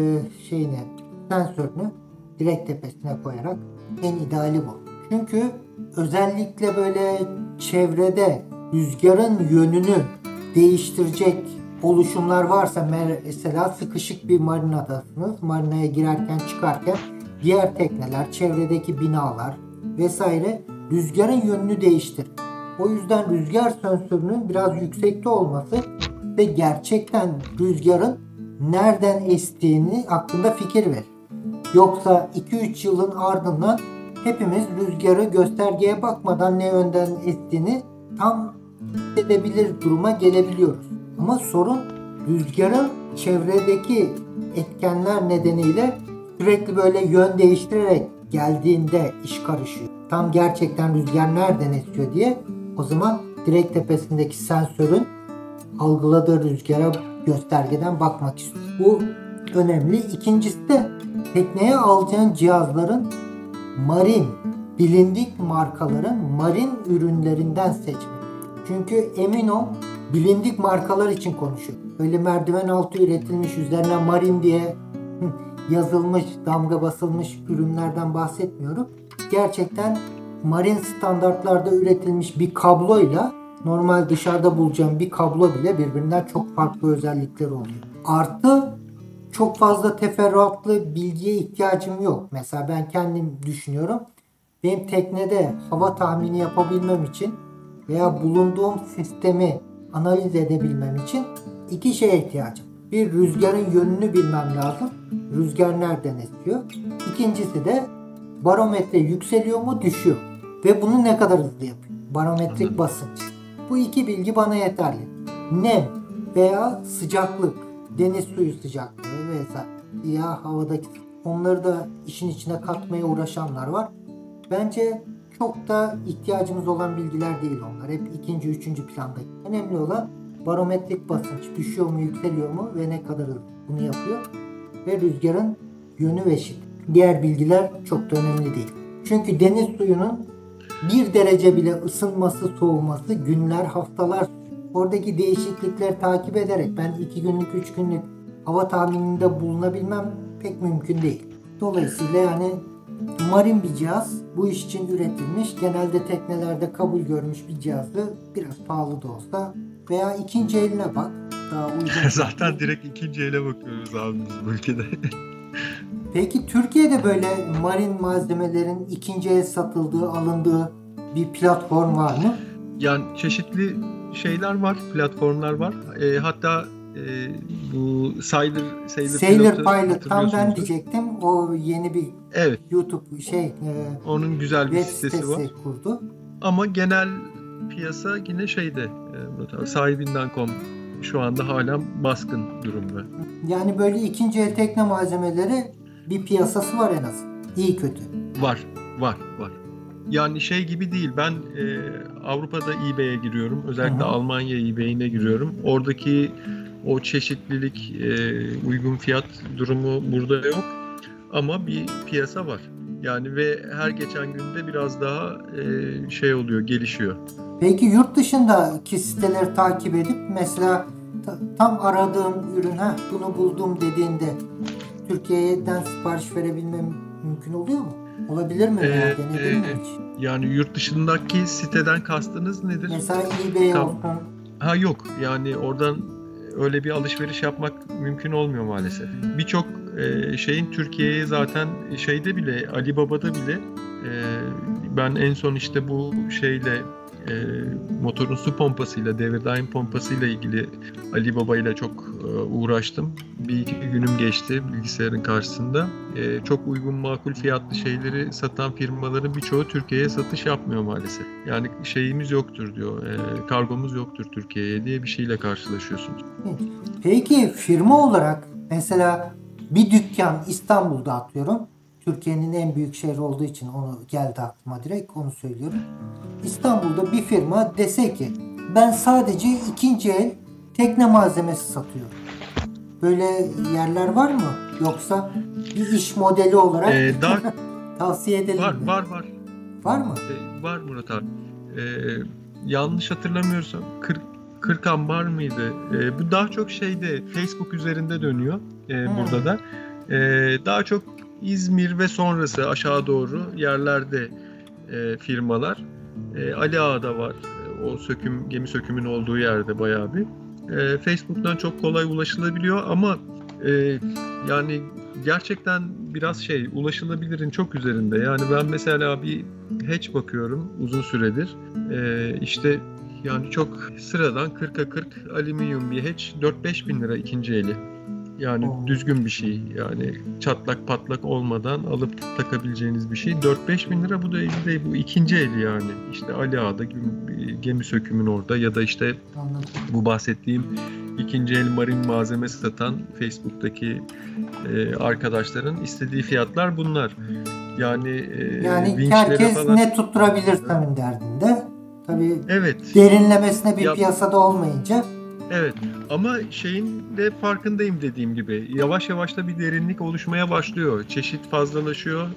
sensörünü direkt tepesine koyarak en ideali bu. Çünkü özellikle böyle çevrede rüzgarın yönünü değiştirecek oluşumlar varsa, mesela sıkışık bir marinadasınız. Marinaya girerken çıkarken diğer tekneler, çevredeki binalar vesaire rüzgarın yönünü değiştirir. O yüzden rüzgar sensörünün biraz yüksekte olması ve gerçekten rüzgarın nereden estiğini hakkında fikir verir. Yoksa 2-3 yılın ardından hepimiz rüzgarı göstergeye bakmadan ne yönden estiğini tam edebilir duruma gelebiliyoruz. Ama sorun rüzgarın çevredeki etkenler nedeniyle sürekli böyle yön değiştirerek geldiğinde iş karışıyor. Tam gerçekten rüzgar nereden esiyor diye o zaman direkt tepesindeki sensörün algıladığı rüzgara göstergeden bakmak istiyor. Bu önemli. İkincisi de tekneye alacağın cihazların marin, bilindik markaların marin ürünlerinden seçmek. Çünkü emin ol bilindik markalar için konuşuyor. Öyle merdiven altı üretilmiş, üzerine marin diye yazılmış, damga basılmış ürünlerden bahsetmiyorum. Gerçekten marin standartlarda üretilmiş bir kabloyla normal dışarıda bulacağım bir kablo bile birbirinden çok farklı özellikleri oluyor. Artı çok fazla teferruatlı bilgiye ihtiyacım yok. Mesela ben kendim düşünüyorum. Benim teknede hava tahmini yapabilmem için veya bulunduğum sistemi analiz edebilmem için iki şeye ihtiyacım. Bir, rüzgarın yönünü bilmem lazım. Rüzgar nereden esiyor? İkincisi de barometre yükseliyor mu, düşüyor. Ve bunu ne kadar hızlı yapıyor? Barometrik basınç. Bu iki bilgi bana yeterli. Nem veya sıcaklık, deniz suyu sıcaklığı vesaire ya havadaki, onları da işin içine katmaya uğraşanlar var. Bence çok da ihtiyacımız olan bilgiler değil onlar. Hep ikinci, üçüncü planda. Önemli olan barometrik basınç düşüyor mu, yükseliyor mu ve ne kadar hızlı bunu yapıyor. Ve rüzgarın yönü ve şiddeti. Diğer bilgiler çok da önemli değil. Çünkü deniz suyunun 1 derece bile ısınması, soğuması günler, haftalar. Oradaki değişiklikleri takip ederek ben 2 günlük, 3 günlük hava tahmininde bulunabilmem pek mümkün değil. Dolayısıyla yani marin bir cihaz bu iş için üretilmiş, genelde teknelerde kabul görmüş bir cihazı biraz pahalı da olsa veya ikinci eline bak. Daha uygun. Zaten direkt ikinci ele bakıyoruz abi biz bu ülkede. Peki Türkiye'de böyle marin malzemelerin ikinci el satıldığı, alındığı bir platform var mı? Yani çeşitli şeyler var, platformlar var. Hatta bu Sailor Pilot tam ben diyecektim. O yeni bir YouTube onun güzel bir web sitesi var. kurdu. Ama genel piyasa yine sahibinden.com şu anda hala baskın durumda. Yani böyle ikinci el tekne malzemeleri bir piyasası var en az. İyi kötü. Var. Yani gibi değil. Ben Avrupa'da eBay'e giriyorum. Özellikle Almanya eBay'ine giriyorum. Oradaki o çeşitlilik, uygun fiyat durumu burada yok. Ama bir piyasa var. Yani ve her geçen günde biraz daha oluyor, gelişiyor. Peki yurt dışındaki siteleri takip edip mesela tam aradığım ürün, bunu buldum dediğinde Türkiye'den sipariş verebilmem mümkün oluyor mu? Olabilir mi? Denedin mi hiç? Yani yurt dışındaki siteden kastınız nedir? Mesela eBay olsun. Yok. Yani oradan öyle bir alışveriş yapmak mümkün olmuyor maalesef. Birçok şeyin Türkiye'ye zaten şeyde bile, Alibaba'da bile ben en son işte bu şeyle motorun su pompasıyla, devir daim pompasıyla ilgili Alibaba ile çok uğraştım. Bir iki günüm geçti bilgisayarın karşısında. Çok uygun makul fiyatlı şeyleri satan firmaların birçoğu Türkiye'ye satış yapmıyor maalesef. Yani şeyimiz yoktur diyor, kargomuz yoktur Türkiye'ye diye bir şeyle karşılaşıyorsunuz. Peki firma olarak mesela bir dükkan İstanbul'da atıyorum. Türkiye'nin en büyük şehri olduğu için onu geldi aklıma, direkt onu söylüyorum. İstanbul'da bir firma dese ki ben sadece ikinci el tekne malzemesi satıyorum. Böyle yerler var mı? Yoksa bir iş modeli olarak tavsiye edelim mi? Var. Var mı? Var Murat abi. Yanlış hatırlamıyorsam 40 ambar mıydı? Bu daha çok şeyde Facebook üzerinde dönüyor burada da. Daha çok İzmir ve sonrası aşağı doğru yerlerde firmalar. Ali Ağa'da var. O gemi sökümün olduğu yerde bayağı bir. Facebook'tan çok kolay ulaşılabiliyor ama yani gerçekten biraz ulaşılabilirin çok üzerinde. Yani ben mesela bir hatch bakıyorum uzun süredir. İşte yani çok sıradan 40'a 40 alüminyum bir hatch 4-5 bin lira ikinci eli. Yani düzgün bir şey. Yani çatlak patlak olmadan alıp takabileceğiniz bir şey. 4-5 bin lira bu da elde, bu ikinci eli yani. İşte Ali Ağa'da gemi sökümün orada ya da işte bu bahsettiğim ikinci el marin malzeme satan Facebook'taki arkadaşların istediği fiyatlar bunlar. Yani herkes falan... ne tutturabilirsem derdinde. Tabii evet. Derinlemesine bir piyasada olmayınca. Evet ama şeyin de farkındayım dediğim gibi. Yavaş yavaş da bir derinlik oluşmaya başlıyor. Çeşit fazlalaşıyor.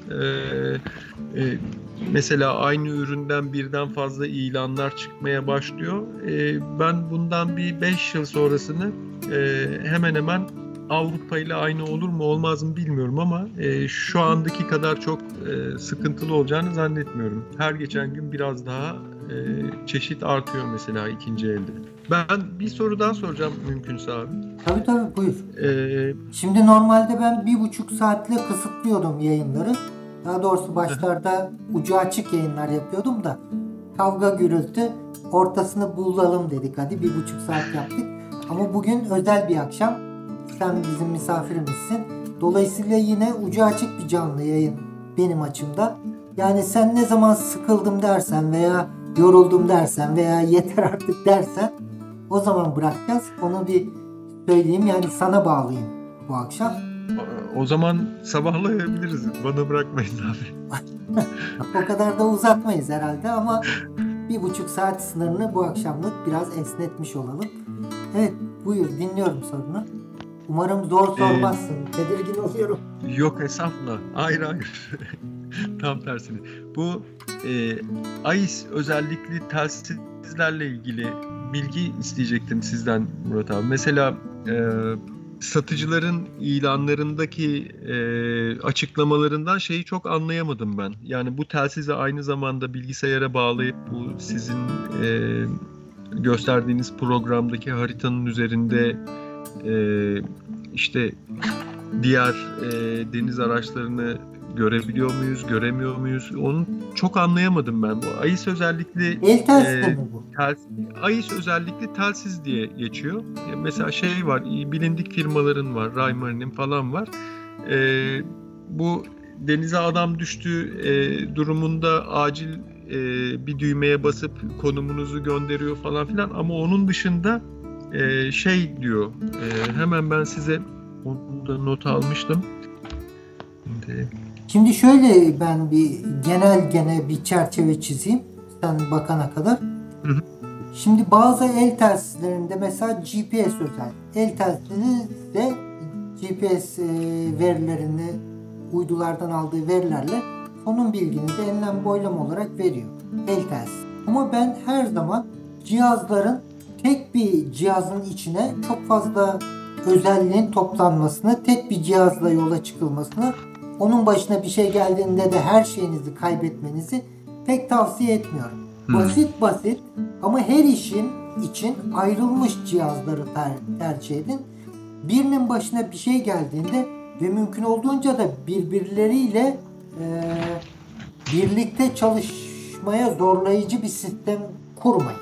Mesela aynı üründen birden fazla ilanlar çıkmaya başlıyor. Ben bundan bir 5 yıl sonrasını hemen hemen Avrupa ile aynı olur mu olmaz mı bilmiyorum ama şu andaki kadar çok sıkıntılı olacağını zannetmiyorum. Her geçen gün biraz daha çeşit artıyor mesela ikinci elde. Ben bir soru daha soracağım mümkünse abi. Tabii buyur. Şimdi normalde ben 1,5 saatle kısıtlıyordum yayınları. Daha doğrusu başlarda ucu açık yayınlar yapıyordum da kavga gürültü ortasını bulalım dedik, hadi 1,5 saat yaptık. Ama bugün özel bir akşam. Sen bizim misafirimizsin. Dolayısıyla yine ucu açık bir canlı yayın benim açımda. Yani sen ne zaman sıkıldım dersen veya yoruldum dersen veya yeter artık dersen o zaman bırakacağız. Onu bir söyleyeyim, yani sana bağlayayım bu akşam. O zaman sabahlayabiliriz. Bana bırakmayın abi. O kadar da uzatmayız herhalde ama 1,5 saat sınırını bu akşamlık biraz esnetmiş olalım. Evet, buyur, dinliyorum sorunu. Umarım zor sormazsın. Tedirgin oluyorum. Yok estağfurullah. Hayır. Tam tersine. Bu AIS özellikli telsizlerle ilgili bilgi isteyecektim sizden Murat abi. Mesela satıcıların ilanlarındaki açıklamalarından şeyi çok anlayamadım ben. Yani bu telsizi aynı zamanda bilgisayara bağlayıp bu sizin gösterdiğiniz programdaki haritanın üzerinde işte diğer deniz araçlarını görebiliyor muyuz, göremiyor muyuz? Onu çok anlayamadım ben. Bu AIS özellikli AIS özellikli telsiz diye geçiyor. Mesela şey var, bilindik firmaların var, Raymarinin falan var. Bu denize adam düştü durumunda acil bir düğmeye basıp konumunuzu gönderiyor falan filan. Ama onun dışında şey diyor. Hemen ben size onu da not almıştım. Şimdi şöyle ben bir genel bir çerçeve çizeyim sen bakana kadar. Şimdi bazı el telsizlerinde mesela GPS özel. El telsizi de GPS verilerini uydulardan aldığı verilerle konum bilginizi enlem boylam olarak veriyor. El telsizi. Ama ben her zaman cihazların tek bir cihazın içine çok fazla özelliğin toplanmasını, tek bir cihazla yola çıkılmasını, onun başına bir şey geldiğinde de her şeyinizi kaybetmenizi pek tavsiye etmiyorum. Basit ama her işin için ayrılmış cihazları tercih edin. Birinin başına bir şey geldiğinde ve mümkün olduğunca da birbirleriyle birlikte çalışmaya zorlayıcı bir sistem kurmayın.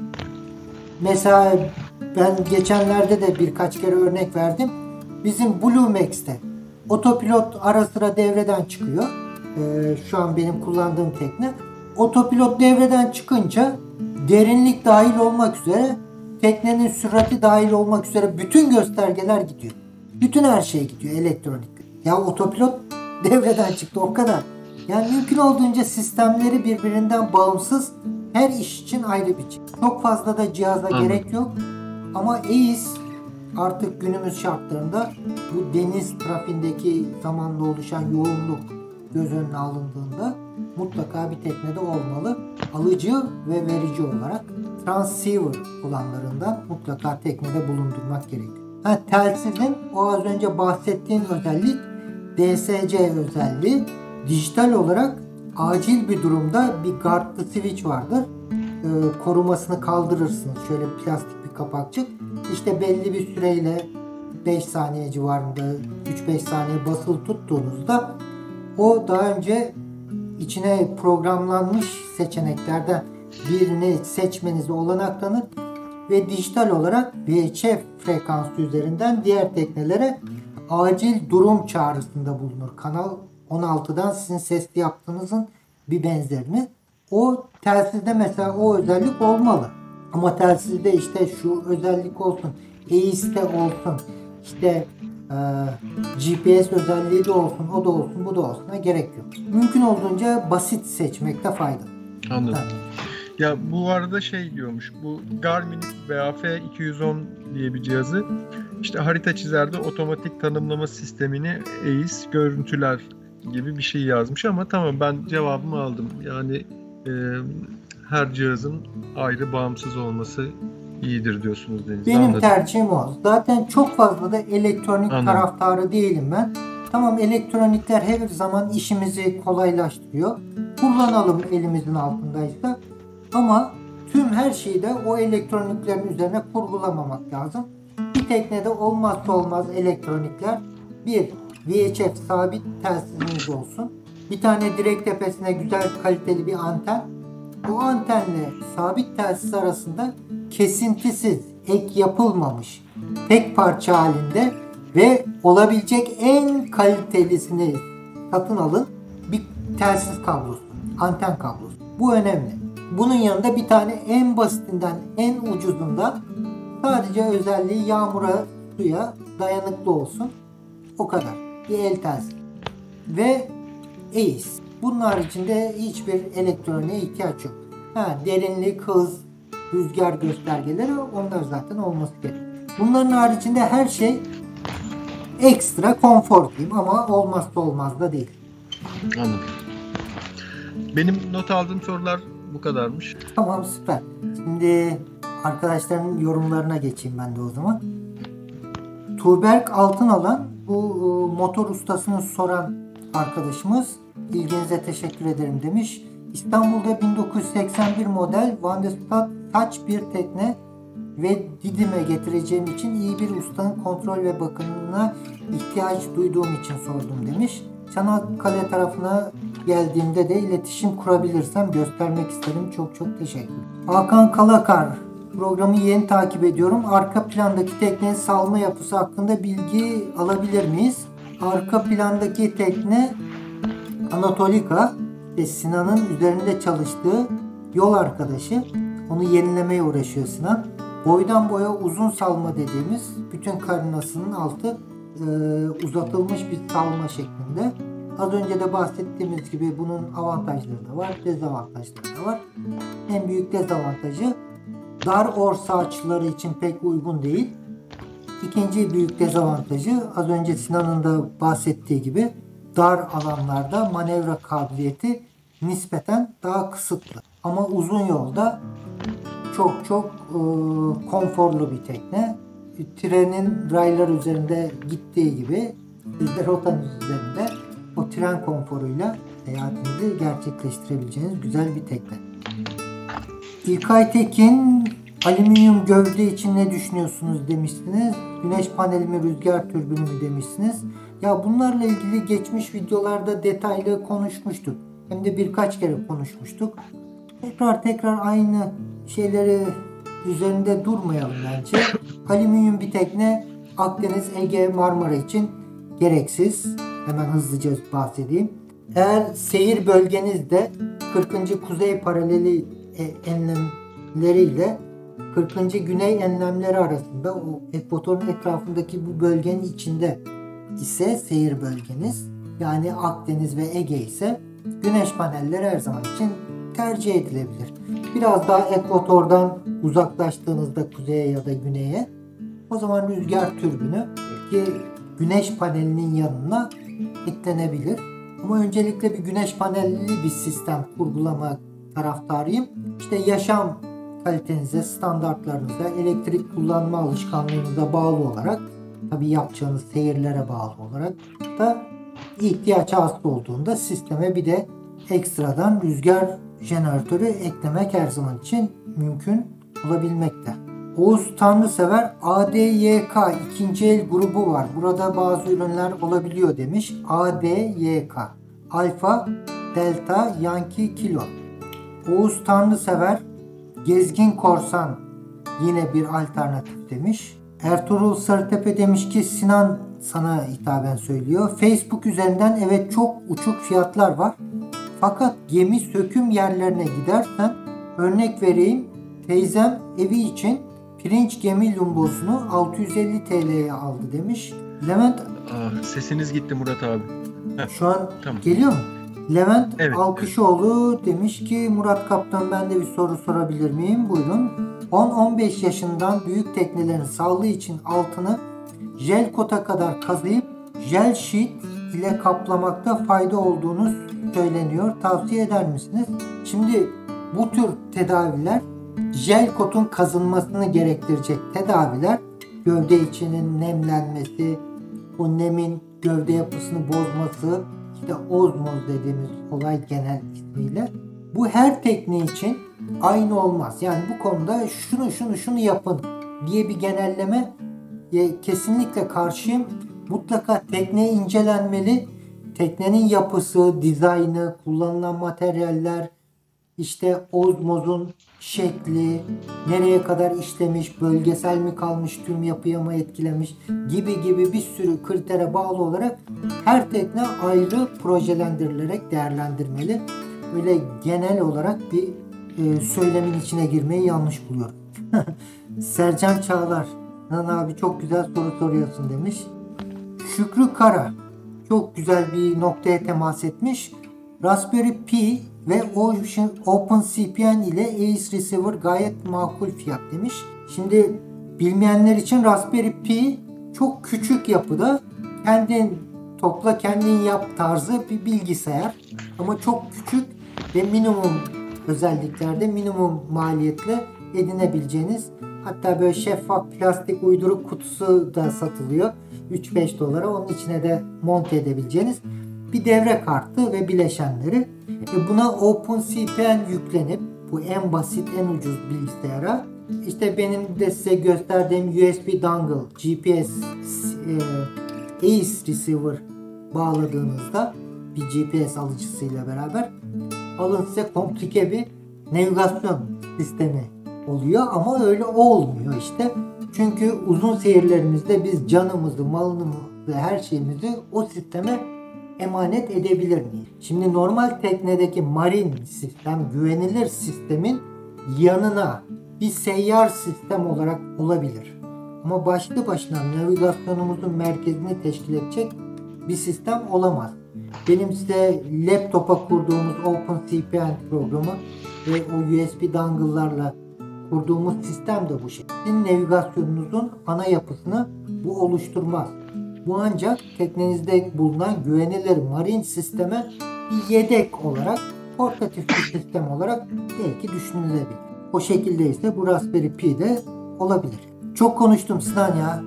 Mesela ben geçenlerde de birkaç kere örnek verdim. Bizim BlueMax'te otopilot ara sıra devreden çıkıyor. Şu an benim kullandığım tekne. Otopilot devreden çıkınca derinlik dahil olmak üzere, teknenin sürati dahil olmak üzere bütün göstergeler gidiyor. Bütün her şey gidiyor, elektronik. Ya otopilot devreden çıktı, o kadar. Yani mümkün olduğunca sistemleri birbirinden bağımsız, her iş için ayrı bir şey. Çok fazla da cihaza gerek yok. Ama EIS artık günümüz şartlarında bu deniz trafiğindeki zamanla oluşan yoğunluk göz önüne alındığında mutlaka bir teknede olmalı. Alıcı ve verici olarak transceiver olanlarından mutlaka teknede bulundurmak gerekiyor. Telsizin o az önce bahsettiğin özellik DSC özelliği. Dijital olarak acil bir durumda bir guardlı switch vardır. Korumasını kaldırırsınız. Şöyle plastik bir kapakçık. İşte belli bir süreyle 5 saniye civarında 3-5 saniye basılı tuttuğunuzda o daha önce içine programlanmış seçeneklerden birini seçmenize olanak tanır ve dijital olarak VHF frekansı üzerinden diğer teknelere acil durum çağrısında bulunur. Kanal 16'dan sizin sesli yaptığınızın bir benzerini. O telsizde mesela o özellik olmalı. Ama telsizde işte şu özellik olsun, EIS'te olsun, işte GPS özelliği de olsun, o da olsun, bu da olsun, gerek yok. Mümkün olduğunca basit seçmekte fayda. Anladım. Ya bu arada şey diyormuş, bu Garmin VAF210 diye bir cihazı işte harita çizerde otomatik tanımlama sistemini EIS görüntüler gibi bir şey yazmış ama tamam, ben cevabımı aldım. Yani her cihazın ayrı bağımsız olması iyidir diyorsunuz Deniz. Benim Anladım. tercihim o. Zaten çok fazla da elektronik taraftarı değilim ben. Tamam, elektronikler her zaman işimizi kolaylaştırıyor. Kullanalım elimizin altındaysa. Ama tüm her şeyi de o elektroniklerin üzerine kurgulamamak lazım. Bir teknede olmazsa olmaz elektronikler: bir, VHF sabit telsiziniz olsun. Bir tane direk tepesine güzel kaliteli bir anten. Bu antenle sabit telsiz arasında kesintisiz, ek yapılmamış, tek parça halinde ve olabilecek en kalitelisini satın alın bir telsiz kablosu, anten kablosu. Bu önemli. Bunun yanında bir tane en basitinden en ucuzundan, sadece özelliği yağmura, suya dayanıklı olsun. O kadar. Bir el telsiz. Ve EIS. Bunun haricinde hiçbir elektroniğe ihtiyaç yok. Derinlik, hız, rüzgar göstergeleri, onlar zaten olması gerekiyor. Bunların haricinde her şey ekstra konfor diyeyim ama olmazsa olmaz da değil. Anladım. Benim not aldığım sorular bu kadarmış. Tamam, süper. Şimdi arkadaşların yorumlarına geçeyim ben de o zaman. Tuğberk Altınalan, bu motor ustasını soran arkadaşımız, ilginize teşekkür ederim demiş. İstanbul'da 1981 model Van de Stad taç bir tekne ve Didim'e getireceğim için iyi bir ustanın kontrol ve bakımına ihtiyaç duyduğum için sordum demiş. Çanakkale tarafına geldiğimde de iletişim kurabilirsem göstermek isterim. Çok çok teşekkür. Hakan Kalakar, programı yeni takip ediyorum. Arka plandaki teknenin salma yapısı hakkında bilgi alabilir miyiz? Arka plandaki tekne Anatolika ve Sinan'ın üzerinde çalıştığı yol arkadaşı. Onu yenilemeye uğraşıyor Sinan. Boydan boya uzun salma dediğimiz, bütün karinasının altı uzatılmış bir salma şeklinde. Az önce de bahsettiğimiz gibi bunun avantajları da var, dezavantajları da var. En büyük dezavantajı, dar orsa açıları için pek uygun değil. İkinci büyük dezavantajı, az önce Sinan'ın da bahsettiği gibi, dar alanlarda manevra kabiliyeti nispeten daha kısıtlı. Ama uzun yolda çok konforlu bir tekne. Trenin raylar üzerinde gittiği gibi siz de rotanın üzerinde o tren konforuyla seyahatinizi gerçekleştirebileceğiniz güzel bir tekne. İlkay Tekin Alüminyum gövde için ne düşünüyorsunuz demişsiniz. Güneş paneli mi, rüzgar türbünü mü demişsiniz. Ya bunlarla ilgili geçmiş videolarda detaylı konuşmuştuk. Hem de birkaç kere konuşmuştuk. Tekrar aynı şeyleri üzerinde durmayalım bence. Alüminyum bir tekne Akdeniz, Ege, Marmara için gereksiz. Hemen hızlıca bahsedeyim. Eğer seyir bölgenizde 40. kuzey paraleli enlemleriyle 40. güney enlemleri arasında o ekvatorun etrafındaki bu bölgenin içinde ise seyir bölgeniz, yani Akdeniz ve Ege ise güneş panelleri her zaman için tercih edilebilir. Biraz daha ekvatordan uzaklaştığınızda kuzeye ya da güneye, o zaman rüzgar türbünü ki güneş panelinin yanına eklenebilir. Ama öncelikle bir güneş panelli bir sistem kurgulama taraftarıyım. İşte yaşam kalitenize, standartlarınıza, elektrik kullanma alışkanlığınıza bağlı olarak, tabii yapacağınız seyirlere bağlı olarak da ihtiyaç hasıl olduğunda sisteme bir de ekstradan rüzgar jeneratörü eklemek her zaman için mümkün olabilmekte. Oğuz Tanrısever ADYK ikinci el grubu var. Burada bazı ürünler olabiliyor demiş. ADYK Alfa Delta Yankee Kilo. Oğuz Tanrısever Gezgin Korsan yine bir alternatif demiş. Ertuğrul Sarıtepe demiş ki Sinan sana hitaben söylüyor. Facebook üzerinden evet çok uçuk fiyatlar var. Fakat gemi söküm yerlerine gidersen, örnek vereyim, teyzem evi için pirinç gemi lumbosunu 650 TL'ye aldı demiş. Levent Sesiniz gitti Murat abi. şu an Tamam. geliyor mu? Levent Evet. Alkışoğlu demiş ki Murat Kaptan ben de bir soru sorabilir miyim? Buyurun. 10-15 yaşından büyük teknelerin sağlığı için altını jel kota kadar kazıyıp jel sheet ile kaplamakta fayda olduğunu söyleniyor. Tavsiye eder misiniz? Şimdi bu tür tedaviler jel kotun kazınmasını gerektirecek tedaviler, gövde içinin nemlenmesi, o nemin gövde yapısını bozması, işte ozmoz dediğimiz olay genel ismiyle. Bu her tekne için aynı olmaz. Yani bu konuda şunu yapın diye bir genelleme kesinlikle karşıyım. Mutlaka tekne incelenmeli. Teknenin yapısı, dizaynı, kullanılan materyaller, işte ozmozun şekli, nereye kadar işlemiş, bölgesel mi kalmış, tüm yapıya mı etkilemiş gibi bir sürü kritere bağlı olarak her tekne ayrı projelendirilerek değerlendirmeli. Öyle genel olarak bir söylemin içine girmeyi yanlış buluyorum. Sercan Çağlar, Nan abi çok güzel soru soruyorsun demiş. Şükrü Kara çok güzel bir noktaya temas etmiş. Raspberry Pi ve OpenCPN ile Ace Receiver gayet makul fiyat demiş. Şimdi bilmeyenler için Raspberry Pi çok küçük yapıda, kendin topla kendin yap tarzı bir bilgisayar. Ama çok küçük ve minimum özelliklerde, minimum maliyetle edinebileceğiniz, hatta böyle şeffaf plastik uyduruk kutusu da satılıyor. 3-5 dolara onun içine de monte edebileceğiniz bir devre kartı ve bileşenleri. Buna OpenCPN yüklenip, bu en basit, en ucuz bilgisayara, işte benim de size gösterdiğim USB dongle, GPS Ace Receiver bağladığınızda bir GPS alıcısıyla beraber alın size komplike bir navigasyon sistemi oluyor ama öyle olmuyor işte. Çünkü uzun seyirlerimizde biz canımızı, malımızı, her şeyimizi o sisteme emanet edebilir miyiz? Şimdi normal teknedeki marin sistem, güvenilir sistemin yanına bir seyyar sistem olarak olabilir. Ama başlı başına navigasyonumuzun merkezini teşkil edecek bir sistem olamaz. Benim size laptopa kurduğumuz OpenCPN programı ve o USB dongle'larla kurduğumuz sistem de bu şey. Sizin navigasyonunuzun ana yapısını bu oluşturmaz. Bu ancak teknenizde bulunan güvenilir marin sisteme bir yedek olarak, portatif bir sistem olarak belki düşünülebilir. O şekilde ise bu Raspberry Pi de olabilir. Çok konuştum Sinan ya.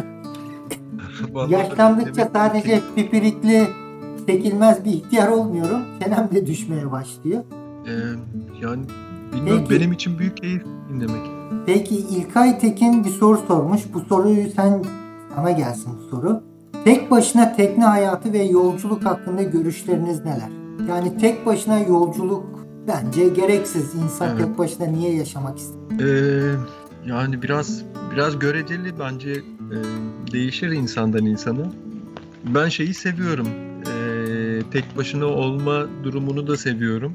Yaşlandıkça sadece pipirikli, çekilmez bir ihtiyar olmuyorum. Çenem de düşmeye başlıyor. Yani bilmiyorum, Peki. benim için büyük keyif dinlemek. Peki İlkay Tekin bir soru sormuş. Bu soruyu sana gelsin bu soru. Tek başına tekne hayatı ve yolculuk hakkında görüşleriniz neler? Yani tek başına yolculuk bence gereksiz. İnsan Evet. tek başına niye yaşamak ister? Yani biraz göreceli bence, değişir insandan insana. Ben şeyi seviyorum. Tek başına olma durumunu da seviyorum.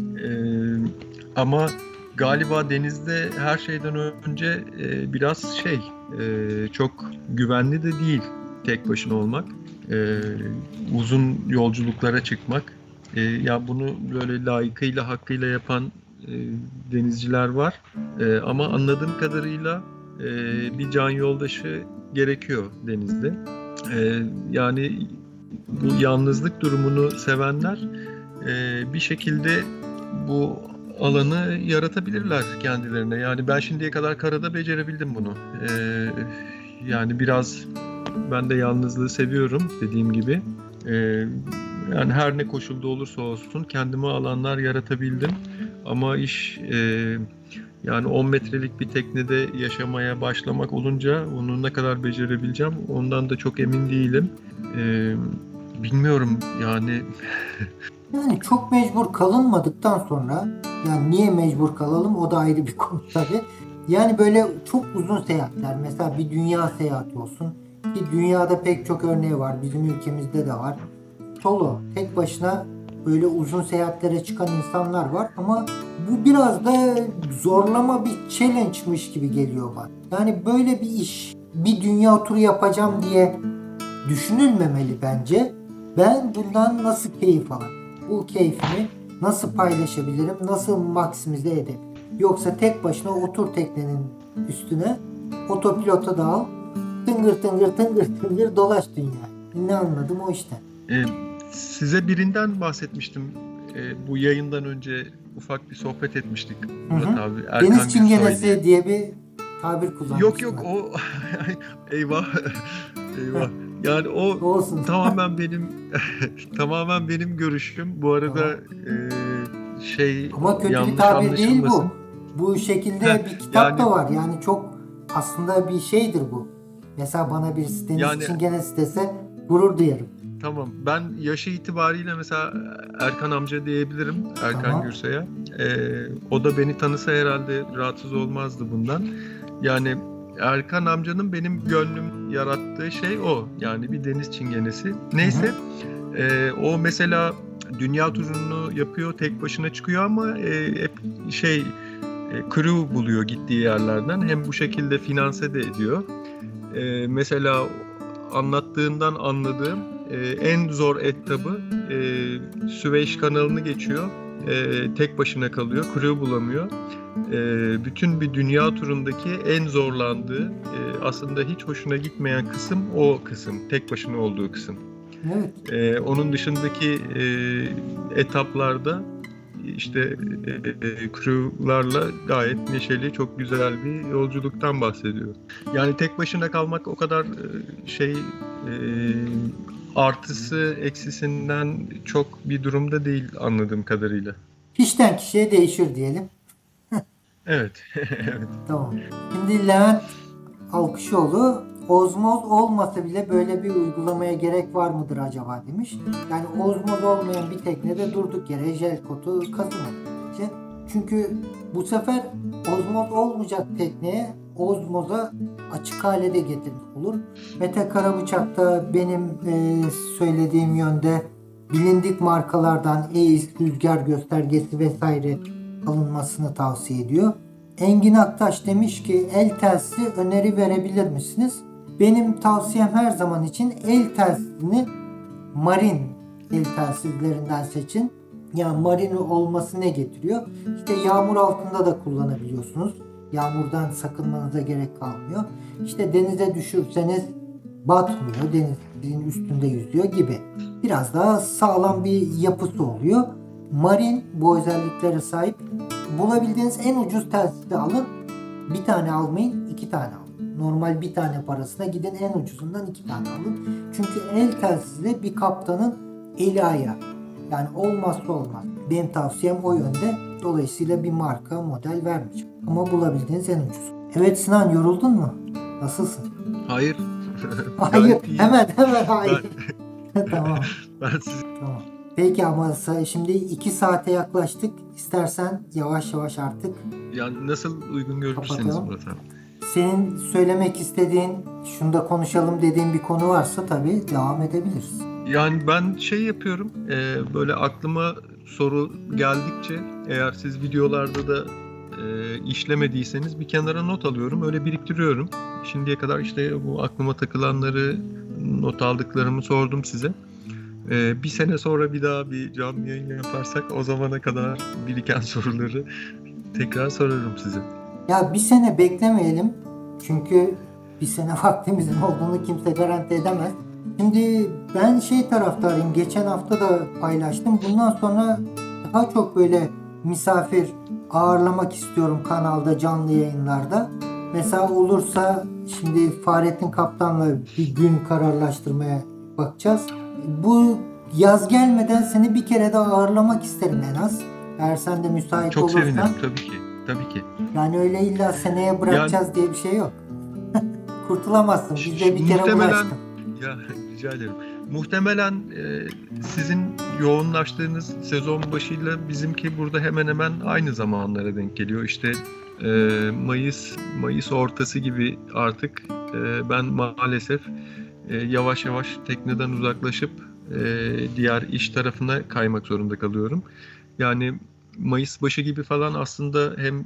Ama galiba denizde her şeyden önce biraz çok güvenli de değil tek başına olmak. Uzun yolculuklara çıkmak. Ya bunu böyle layıkıyla hakkıyla yapan denizciler var. Ama anladığım kadarıyla bir can yoldaşı gerekiyor denizde. Yani bu yalnızlık durumunu sevenler bir şekilde bu alanı yaratabilirler kendilerine. Yani ben şimdiye kadar karada becerebildim bunu. Yani biraz ben de yalnızlığı seviyorum dediğim gibi. Yani her ne koşulda olursa olsun kendime alanlar yaratabildim. Ama iş yani 10 metrelik bir teknede yaşamaya başlamak olunca onu ne kadar becerebileceğim ondan da çok emin değilim. Bilmiyorum yani. Yani çok mecbur kalınmadıktan sonra, yani niye mecbur kalalım o da ayrı bir konu tabii. Yani böyle çok uzun seyahatler, mesela bir dünya seyahati olsun ki dünyada pek çok örneği var, bizim ülkemizde de var. Solo, tek başına böyle uzun seyahatlere çıkan insanlar var ama bu biraz da zorlama bir challenge'mış gibi geliyor bana. Yani böyle bir iş, bir dünya turu yapacağım diye düşünülmemeli bence. Ben bundan nasıl keyif alırım? Bu keyfimi nasıl paylaşabilirim? Nasıl maksimize edebilirim? Yoksa tek başına otur teknenin üstüne, otopilota da al, tıngır tıngır tıngır tıngır dolaş dünya. Ne anladım o işten. Size birinden bahsetmiştim. Bu yayından önce ufak bir sohbet etmiştik Murat abi. Erkan Deniz Gürsoy çingenesi diye bir tabir kullanmışsın. Yok o eyvah eyvah. Yani o Olsun. tamamen benim görüşüm. Bu arada Ama kötü bir yanlış tabir değil bu. anlaşılmasın. Bu şekilde bir kitap da var. Yani çok aslında bir şeydir bu. Mesela bana bir deniz çingenesi dese gurur duyarım. Tamam. Ben yaşı itibariyle mesela Erkan amca diyebilirim. Erkan Gürsoy'a. O da beni tanısa herhalde rahatsız olmazdı bundan. Yani Erkan amcanın benim gönlüm yarattığı şey o. Yani bir deniz çingenesi. Neyse. O mesela dünya turunu yapıyor. Tek başına çıkıyor ama hep crew buluyor gittiği yerlerden. Hem bu şekilde finanse de ediyor. Mesela anlattığından anladığım en zor etabı Süveyş kanalını geçiyor. Tek başına kalıyor. Crew bulamıyor. Bütün bir dünya turundaki en zorlandığı, aslında hiç hoşuna gitmeyen kısım o kısım. Tek başına olduğu kısım. Evet. Onun dışındaki etaplarda işte crew'larla gayet neşeli, çok güzel bir yolculuktan bahsediyor. Yani tek başına kalmak o kadar artısı eksisinden çok bir durumda değil anladığım kadarıyla. Kişiden kişiye değişir diyelim. Evet. Tamam. Şimdi Levent Alkışoğlu, ozmoz olmasa bile böyle bir uygulamaya gerek var mıdır acaba demiş. Yani ozmoz olmayan bir teknede durduk yere jel kotu kazımadı. Çünkü bu sefer ozmoz olmayacak tekneye ozmoza açık hale de getirmiş olur. Mete Karabıçak da benim söylediğim yönde bilindik markalardan EIS, rüzgar göstergesi vesaire alınmasını tavsiye ediyor. Engin Aktaş demiş ki el telsizi öneri verebilir misiniz? Benim tavsiyem her zaman için el telsizini marin el telsizlerinden seçin. Yani marin olması ne getiriyor? İşte yağmur altında da kullanabiliyorsunuz. Yağmurdan sakınmanıza gerek kalmıyor. İşte denize düşürseniz batmıyor. Denizin üstünde yüzüyor gibi. Biraz daha sağlam bir yapısı oluyor. Marin bu özelliklere sahip. Bulabildiğiniz en ucuz telsizi alın. Bir tane almayın, 2 tane alın. Normal bir tane parasına gidin en ucuzundan 2 tane alın. Çünkü el telsizi bir kaptanın eli ayağı. Yani olmazsa olmaz. Benim tavsiyem o yönde. Dolayısıyla bir marka, model vermeyeceğim. ama bulabildiğiniz en ucuz. Evet Sinan, yoruldun mu? Nasılsın? Hayır. Hayır. Gayet iyiyim. Hemen hayır. Tamam. Ben siz Tamam. Peki ama şimdi 2 saate yaklaştık. İstersen yavaş yavaş artık yani nasıl uygun görürseniz kapatalım. Murat abi. Senin söylemek istediğin, şunu da konuşalım dediğin bir konu varsa tabii devam edebiliriz. Yani ben şey yapıyorum, böyle aklıma soru geldikçe eğer siz videolarda da işlemediyseniz bir kenara not alıyorum, öyle biriktiriyorum. Şimdiye kadar işte bu aklıma takılanları, not aldıklarımı sordum size. Bir sene sonra bir daha bir canlı yayın yaparsak o zamana kadar biriken soruları tekrar sorarım size. Ya bir sene beklemeyelim. Çünkü bir sene vaktimizin olduğunu kimse garanti edemez. Şimdi ben taraftarıyım. Geçen hafta da paylaştım. Bundan sonra daha çok böyle misafir ağırlamak istiyorum kanalda, canlı yayınlarda. Mesela olursa şimdi Fahrettin Kaptan'la bir gün kararlaştırmaya bakacağız. Bu yaz gelmeden seni bir kere daha ağırlamak isterim en az. Eğer sen de müsait Çok olursan. sevinirim tabii ki. Tabii ki. Yani öyle illa seneye bırakacağız diye bir şey yok. Kurtulamazsın. Bize bir kere Muhtemelen, ulaştın. ya rica ederim. Muhtemelen sizin yoğunlaştığınız sezon başıyla bizimki burada hemen hemen aynı zamanlara denk geliyor. İşte Mayıs ortası gibi artık ben maalesef yavaş yavaş tekneden uzaklaşıp diğer iş tarafına kaymak zorunda kalıyorum. Yani Mayıs başı gibi falan aslında hem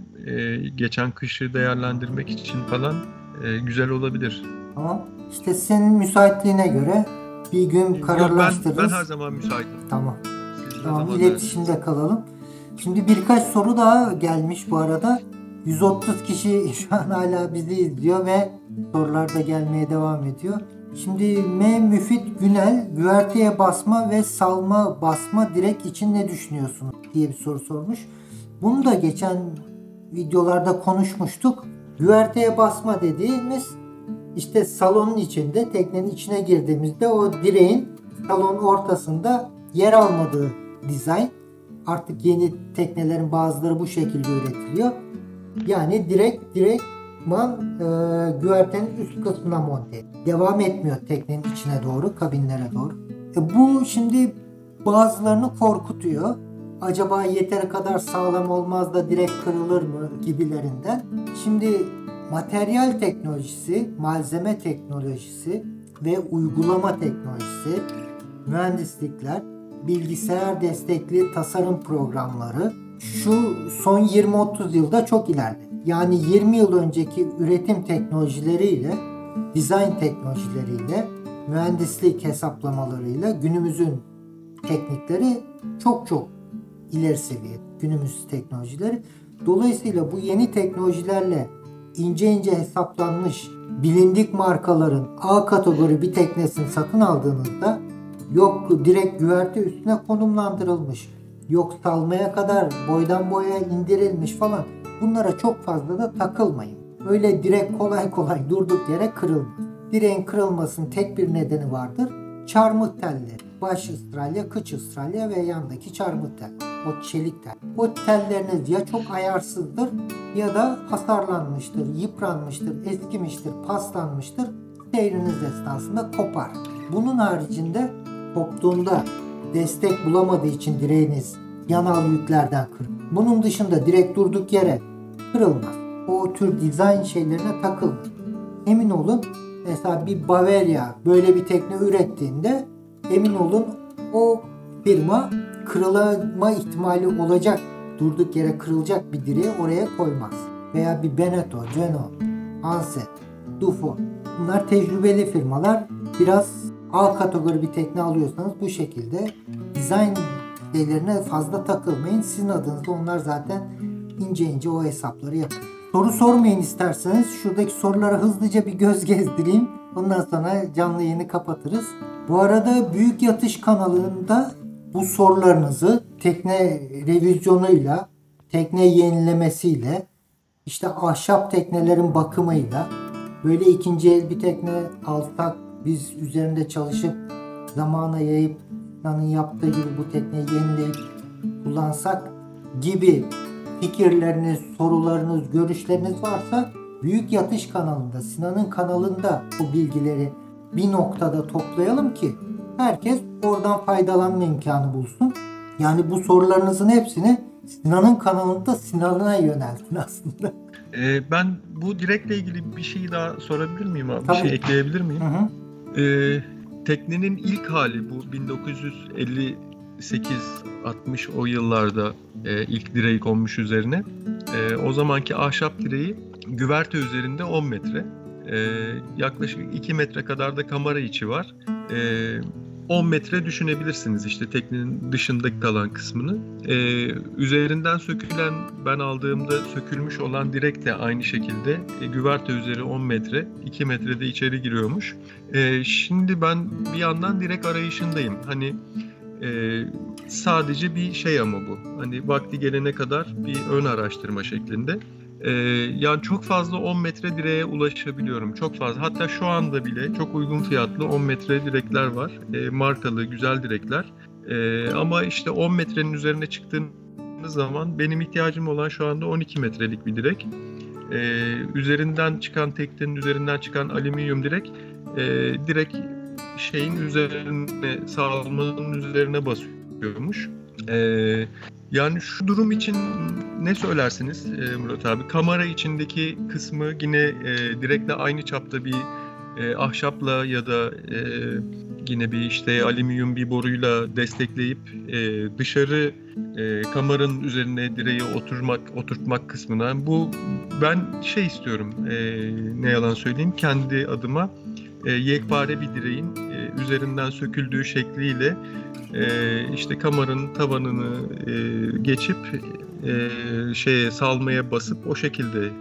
geçen kışı değerlendirmek için falan güzel olabilir. Tamam. İşte senin müsaitliğine göre bir gün Yok, kararlaştırırız. ben her zaman müsaitim. Tamam. Siz ne Tamam, zaman iletişimde kalalım. Şimdi birkaç soru daha gelmiş bu arada. 130 kişi şu an hala bizi izliyor ve sorular da gelmeye devam ediyor. Şimdi Müfit Günel, güverteye basma ve salma basma direk için ne düşünüyorsunuz diye bir soru sormuş. Bunu da geçen videolarda konuşmuştuk. Güverteye basma dediğimiz işte salonun içinde, teknenin içine girdiğimizde o direğin salonun ortasında yer almadığı dizayn. Artık yeni teknelerin bazıları bu şekilde üretiliyor. Yani direktman güvertenin üst kısmına monte. Devam etmiyor teknenin içine doğru, kabinlere doğru. Bu şimdi bazılarını korkutuyor. Acaba yeteri kadar sağlam olmaz da direkt kırılır mı gibilerinden. Şimdi materyal teknolojisi, malzeme teknolojisi ve uygulama teknolojisi, mühendislikler, bilgisayar destekli tasarım programları şu son 20-30 yılda çok ilerledi. Yani 20 yıl önceki üretim teknolojileriyle, dizayn teknolojileriyle, mühendislik hesaplamalarıyla günümüzün teknikleri çok ileri seviye. Günümüz teknolojileri. Dolayısıyla bu yeni teknolojilerle ince hesaplanmış bilindik markaların A kategori bir teknesini satın aldığınızda yok direkt güverte üstüne konumlandırılmış, yok salmaya kadar boydan boya indirilmiş falan, bunlara çok fazla da takılmayın. Öyle direkt kolay durduk yere kırılmaz. Direğin kırılmasının tek bir nedeni vardır. Çarmıh telleri. Baş ıstralya, kıç ıstralya ve yandaki çarmıh tel. O çelik tel. O telleriniz ya çok ayarsızdır ya da hasarlanmıştır, yıpranmıştır, eskimiştir, paslanmıştır. Seyriniz esnasında kopar. Bunun haricinde koptuğunda destek bulamadığı için direğiniz yanal yüklerden kırılır. Bunun dışında direkt durduk yere kırılmaz. O tür dizayn şeylerine takılmayın. Emin olun, mesela bir Bavaria böyle bir tekne ürettiğinde emin olun o firma kırılma ihtimali olacak, durduk yere kırılacak bir direği oraya koymaz. Veya bir Beneteau, Geno, Hanse, Dufo. Bunlar tecrübeli firmalar. Biraz A kategori bir tekne alıyorsanız bu şekilde dizayn şeylerine fazla takılmayın. Sizin adınızda onlar zaten ince o hesapları yapıyor. Soru sormayın isterseniz. Şuradaki sorulara hızlıca bir göz gezdireyim. Ondan sonra canlı yayını kapatırız. Bu arada Büyük Yatış kanalında bu sorularınızı tekne revizyonuyla, tekne yenilemesiyle, işte ahşap teknelerin bakımıyla, böyle ikinci el bir tekne alsak, biz üzerinde çalışıp zamana yayıp yaptığı gibi bu tekneyi yenileyip kullansak gibi fikirleriniz, sorularınız, görüşleriniz varsa Büyük Yatış kanalında, Sinan'ın kanalında bu bilgileri bir noktada toplayalım ki herkes oradan faydalanma imkanı bulsun. Yani bu sorularınızın hepsini Sinan'ın kanalında Sinan'a yöneltin aslında. Ben bu direkle ilgili bir şey daha sorabilir miyim abi? Tabii. Bir şey ekleyebilir miyim? Hı hı. Teknenin ilk hali bu 1958-60 o yıllarda ilk direği konmuş üzerine. O zamanki ahşap direği güverte üzerinde 10 metre. Yaklaşık 2 metre kadar da kamera içi var. 10 metre düşünebilirsiniz işte teknenin dışındaki kalan kısmını. Üzerinden sökülen, ben aldığımda sökülmüş olan direk de aynı şekilde güverte üzeri 10 metre, 2 metrede içeri giriyormuş. Şimdi ben bir yandan direk arayışındayım. Hani sadece bir şey ama bu. Hani vakti gelene kadar bir ön araştırma şeklinde. Yani çok fazla 10 metre direğe ulaşabiliyorum. Çok fazla. Hatta şu anda bile çok uygun fiyatlı 10 metre direkler var. Markalı, güzel direkler. Ama işte 10 metrenin üzerine çıktığınız zaman benim ihtiyacım olan şu anda 12 metrelik bir direk. Teknenin üzerinden çıkan alüminyum direk direkt şeyin üzerine, salmanın üzerine basıyormuş. Yani şu durum için ne söylersiniz Murat abi? Kamera içindeki kısmı yine direkle aynı çapta bir ahşapla ya da yine bir işte alüminyum bir boruyla destekleyip dışarı kameranın üzerine direği oturtmak kısmına ben şey istiyorum, ne yalan söyleyeyim, kendi adıma yekpare bir direğin üzerinden söküldüğü şekliyle işte kameranın tavanını geçip salmaya basıp o şekilde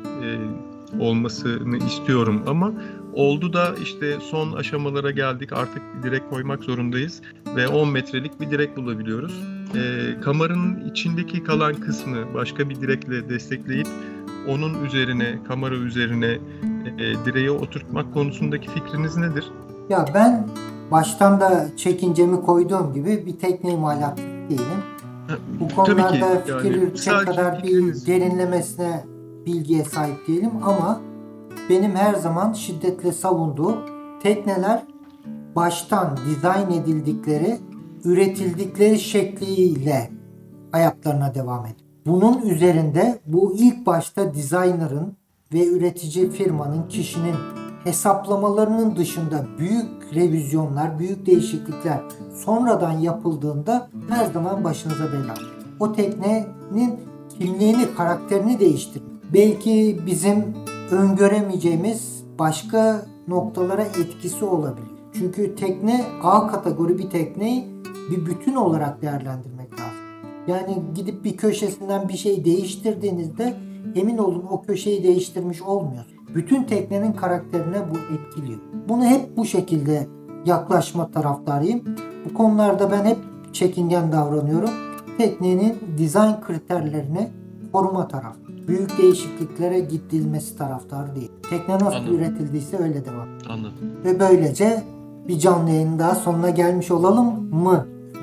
olmasını istiyorum ama oldu da işte son aşamalara geldik, artık bir direk koymak zorundayız ve 10 metrelik bir direk bulabiliyoruz. Kameranın içindeki kalan kısmı başka bir direkle destekleyip onun üzerine, kamera üzerine direği oturtmak konusundaki fikriniz nedir? Ya ben baştan da çekincemi koyduğum gibi bir tekne imalatçısı değilim. Bu konularda fikir yürütecek kadar bir derinlemesine bilgiye sahip değilim ama benim her zaman şiddetle savunduğum tekneler baştan dizayn edildikleri, üretildikleri şekliyle hayatlarına devam ediyor. Bunun üzerinde bu ilk başta designer'ın ve üretici firmanın, kişinin hesaplamalarının dışında büyük revizyonlar, büyük değişiklikler sonradan yapıldığında her zaman başınıza bela. O teknenin kimliğini, karakterini değiştirir. Belki bizim öngöremeyeceğimiz başka noktalara etkisi olabilir. Çünkü tekne A kategori bir tekneyi bir bütün olarak değerlendirmek lazım. Yani gidip bir köşesinden bir şey değiştirdiğinizde emin olun o köşeyi değiştirmiş olmuyorsunuz. Bütün teknenin karakterine bu etkiliyor. Bunu hep bu şekilde yaklaşma taraftarıyım. Bu konularda ben hep çekingen davranıyorum. Teknenin dizayn kriterlerini koruma tarafı. Büyük değişikliklere gidilmesi taraftarı değil. Tekne nasıl Anladım. üretildiyse öyle devam. Anladım. Ve böylece bir canlı yayının daha sonuna gelmiş olalım mı?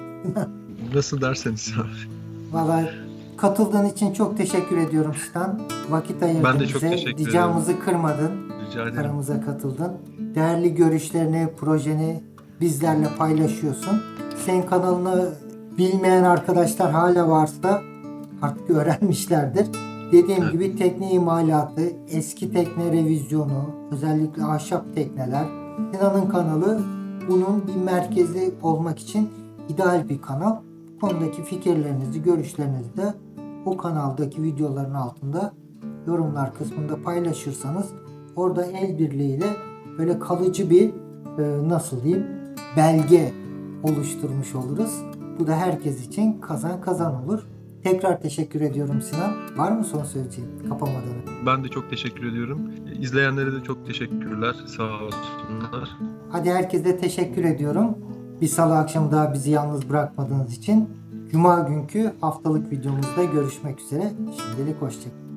Nasıl derseniz abi. Vallahi katıldığın için çok teşekkür ediyorum Sinan. Vakit ayırdın Ben de çok bize. teşekkür ederim. Ricamızı kırmadın. Rica ederim. Aramıza katıldın. Değerli görüşlerini, projeni bizlerle paylaşıyorsun. Senin kanalını bilmeyen arkadaşlar hala varsa artık öğrenmişlerdir. Dediğim gibi tekne imalatı, eski tekne revizyonu, özellikle ahşap tekneler. Sinan'ın kanalı bunun bir merkezi olmak için ideal bir kanal. Bu konudaki fikirlerinizi, görüşlerinizi de bu kanaldaki videoların altında yorumlar kısmında paylaşırsanız orada el birliğiyle böyle kalıcı bir belge oluşturmuş oluruz. Bu da herkes için kazan kazan olur. Tekrar teşekkür ediyorum Sinan. Var mı son söyleyeceğin kapamadan? Ben de çok teşekkür ediyorum. İzleyenlere de çok teşekkürler. Sağ olsunlar. Hadi herkese teşekkür ediyorum. Bir salı akşamı daha bizi yalnız bırakmadığınız için. Cuma günkü haftalık videomuzda görüşmek üzere. Şimdilik hoşçakalın.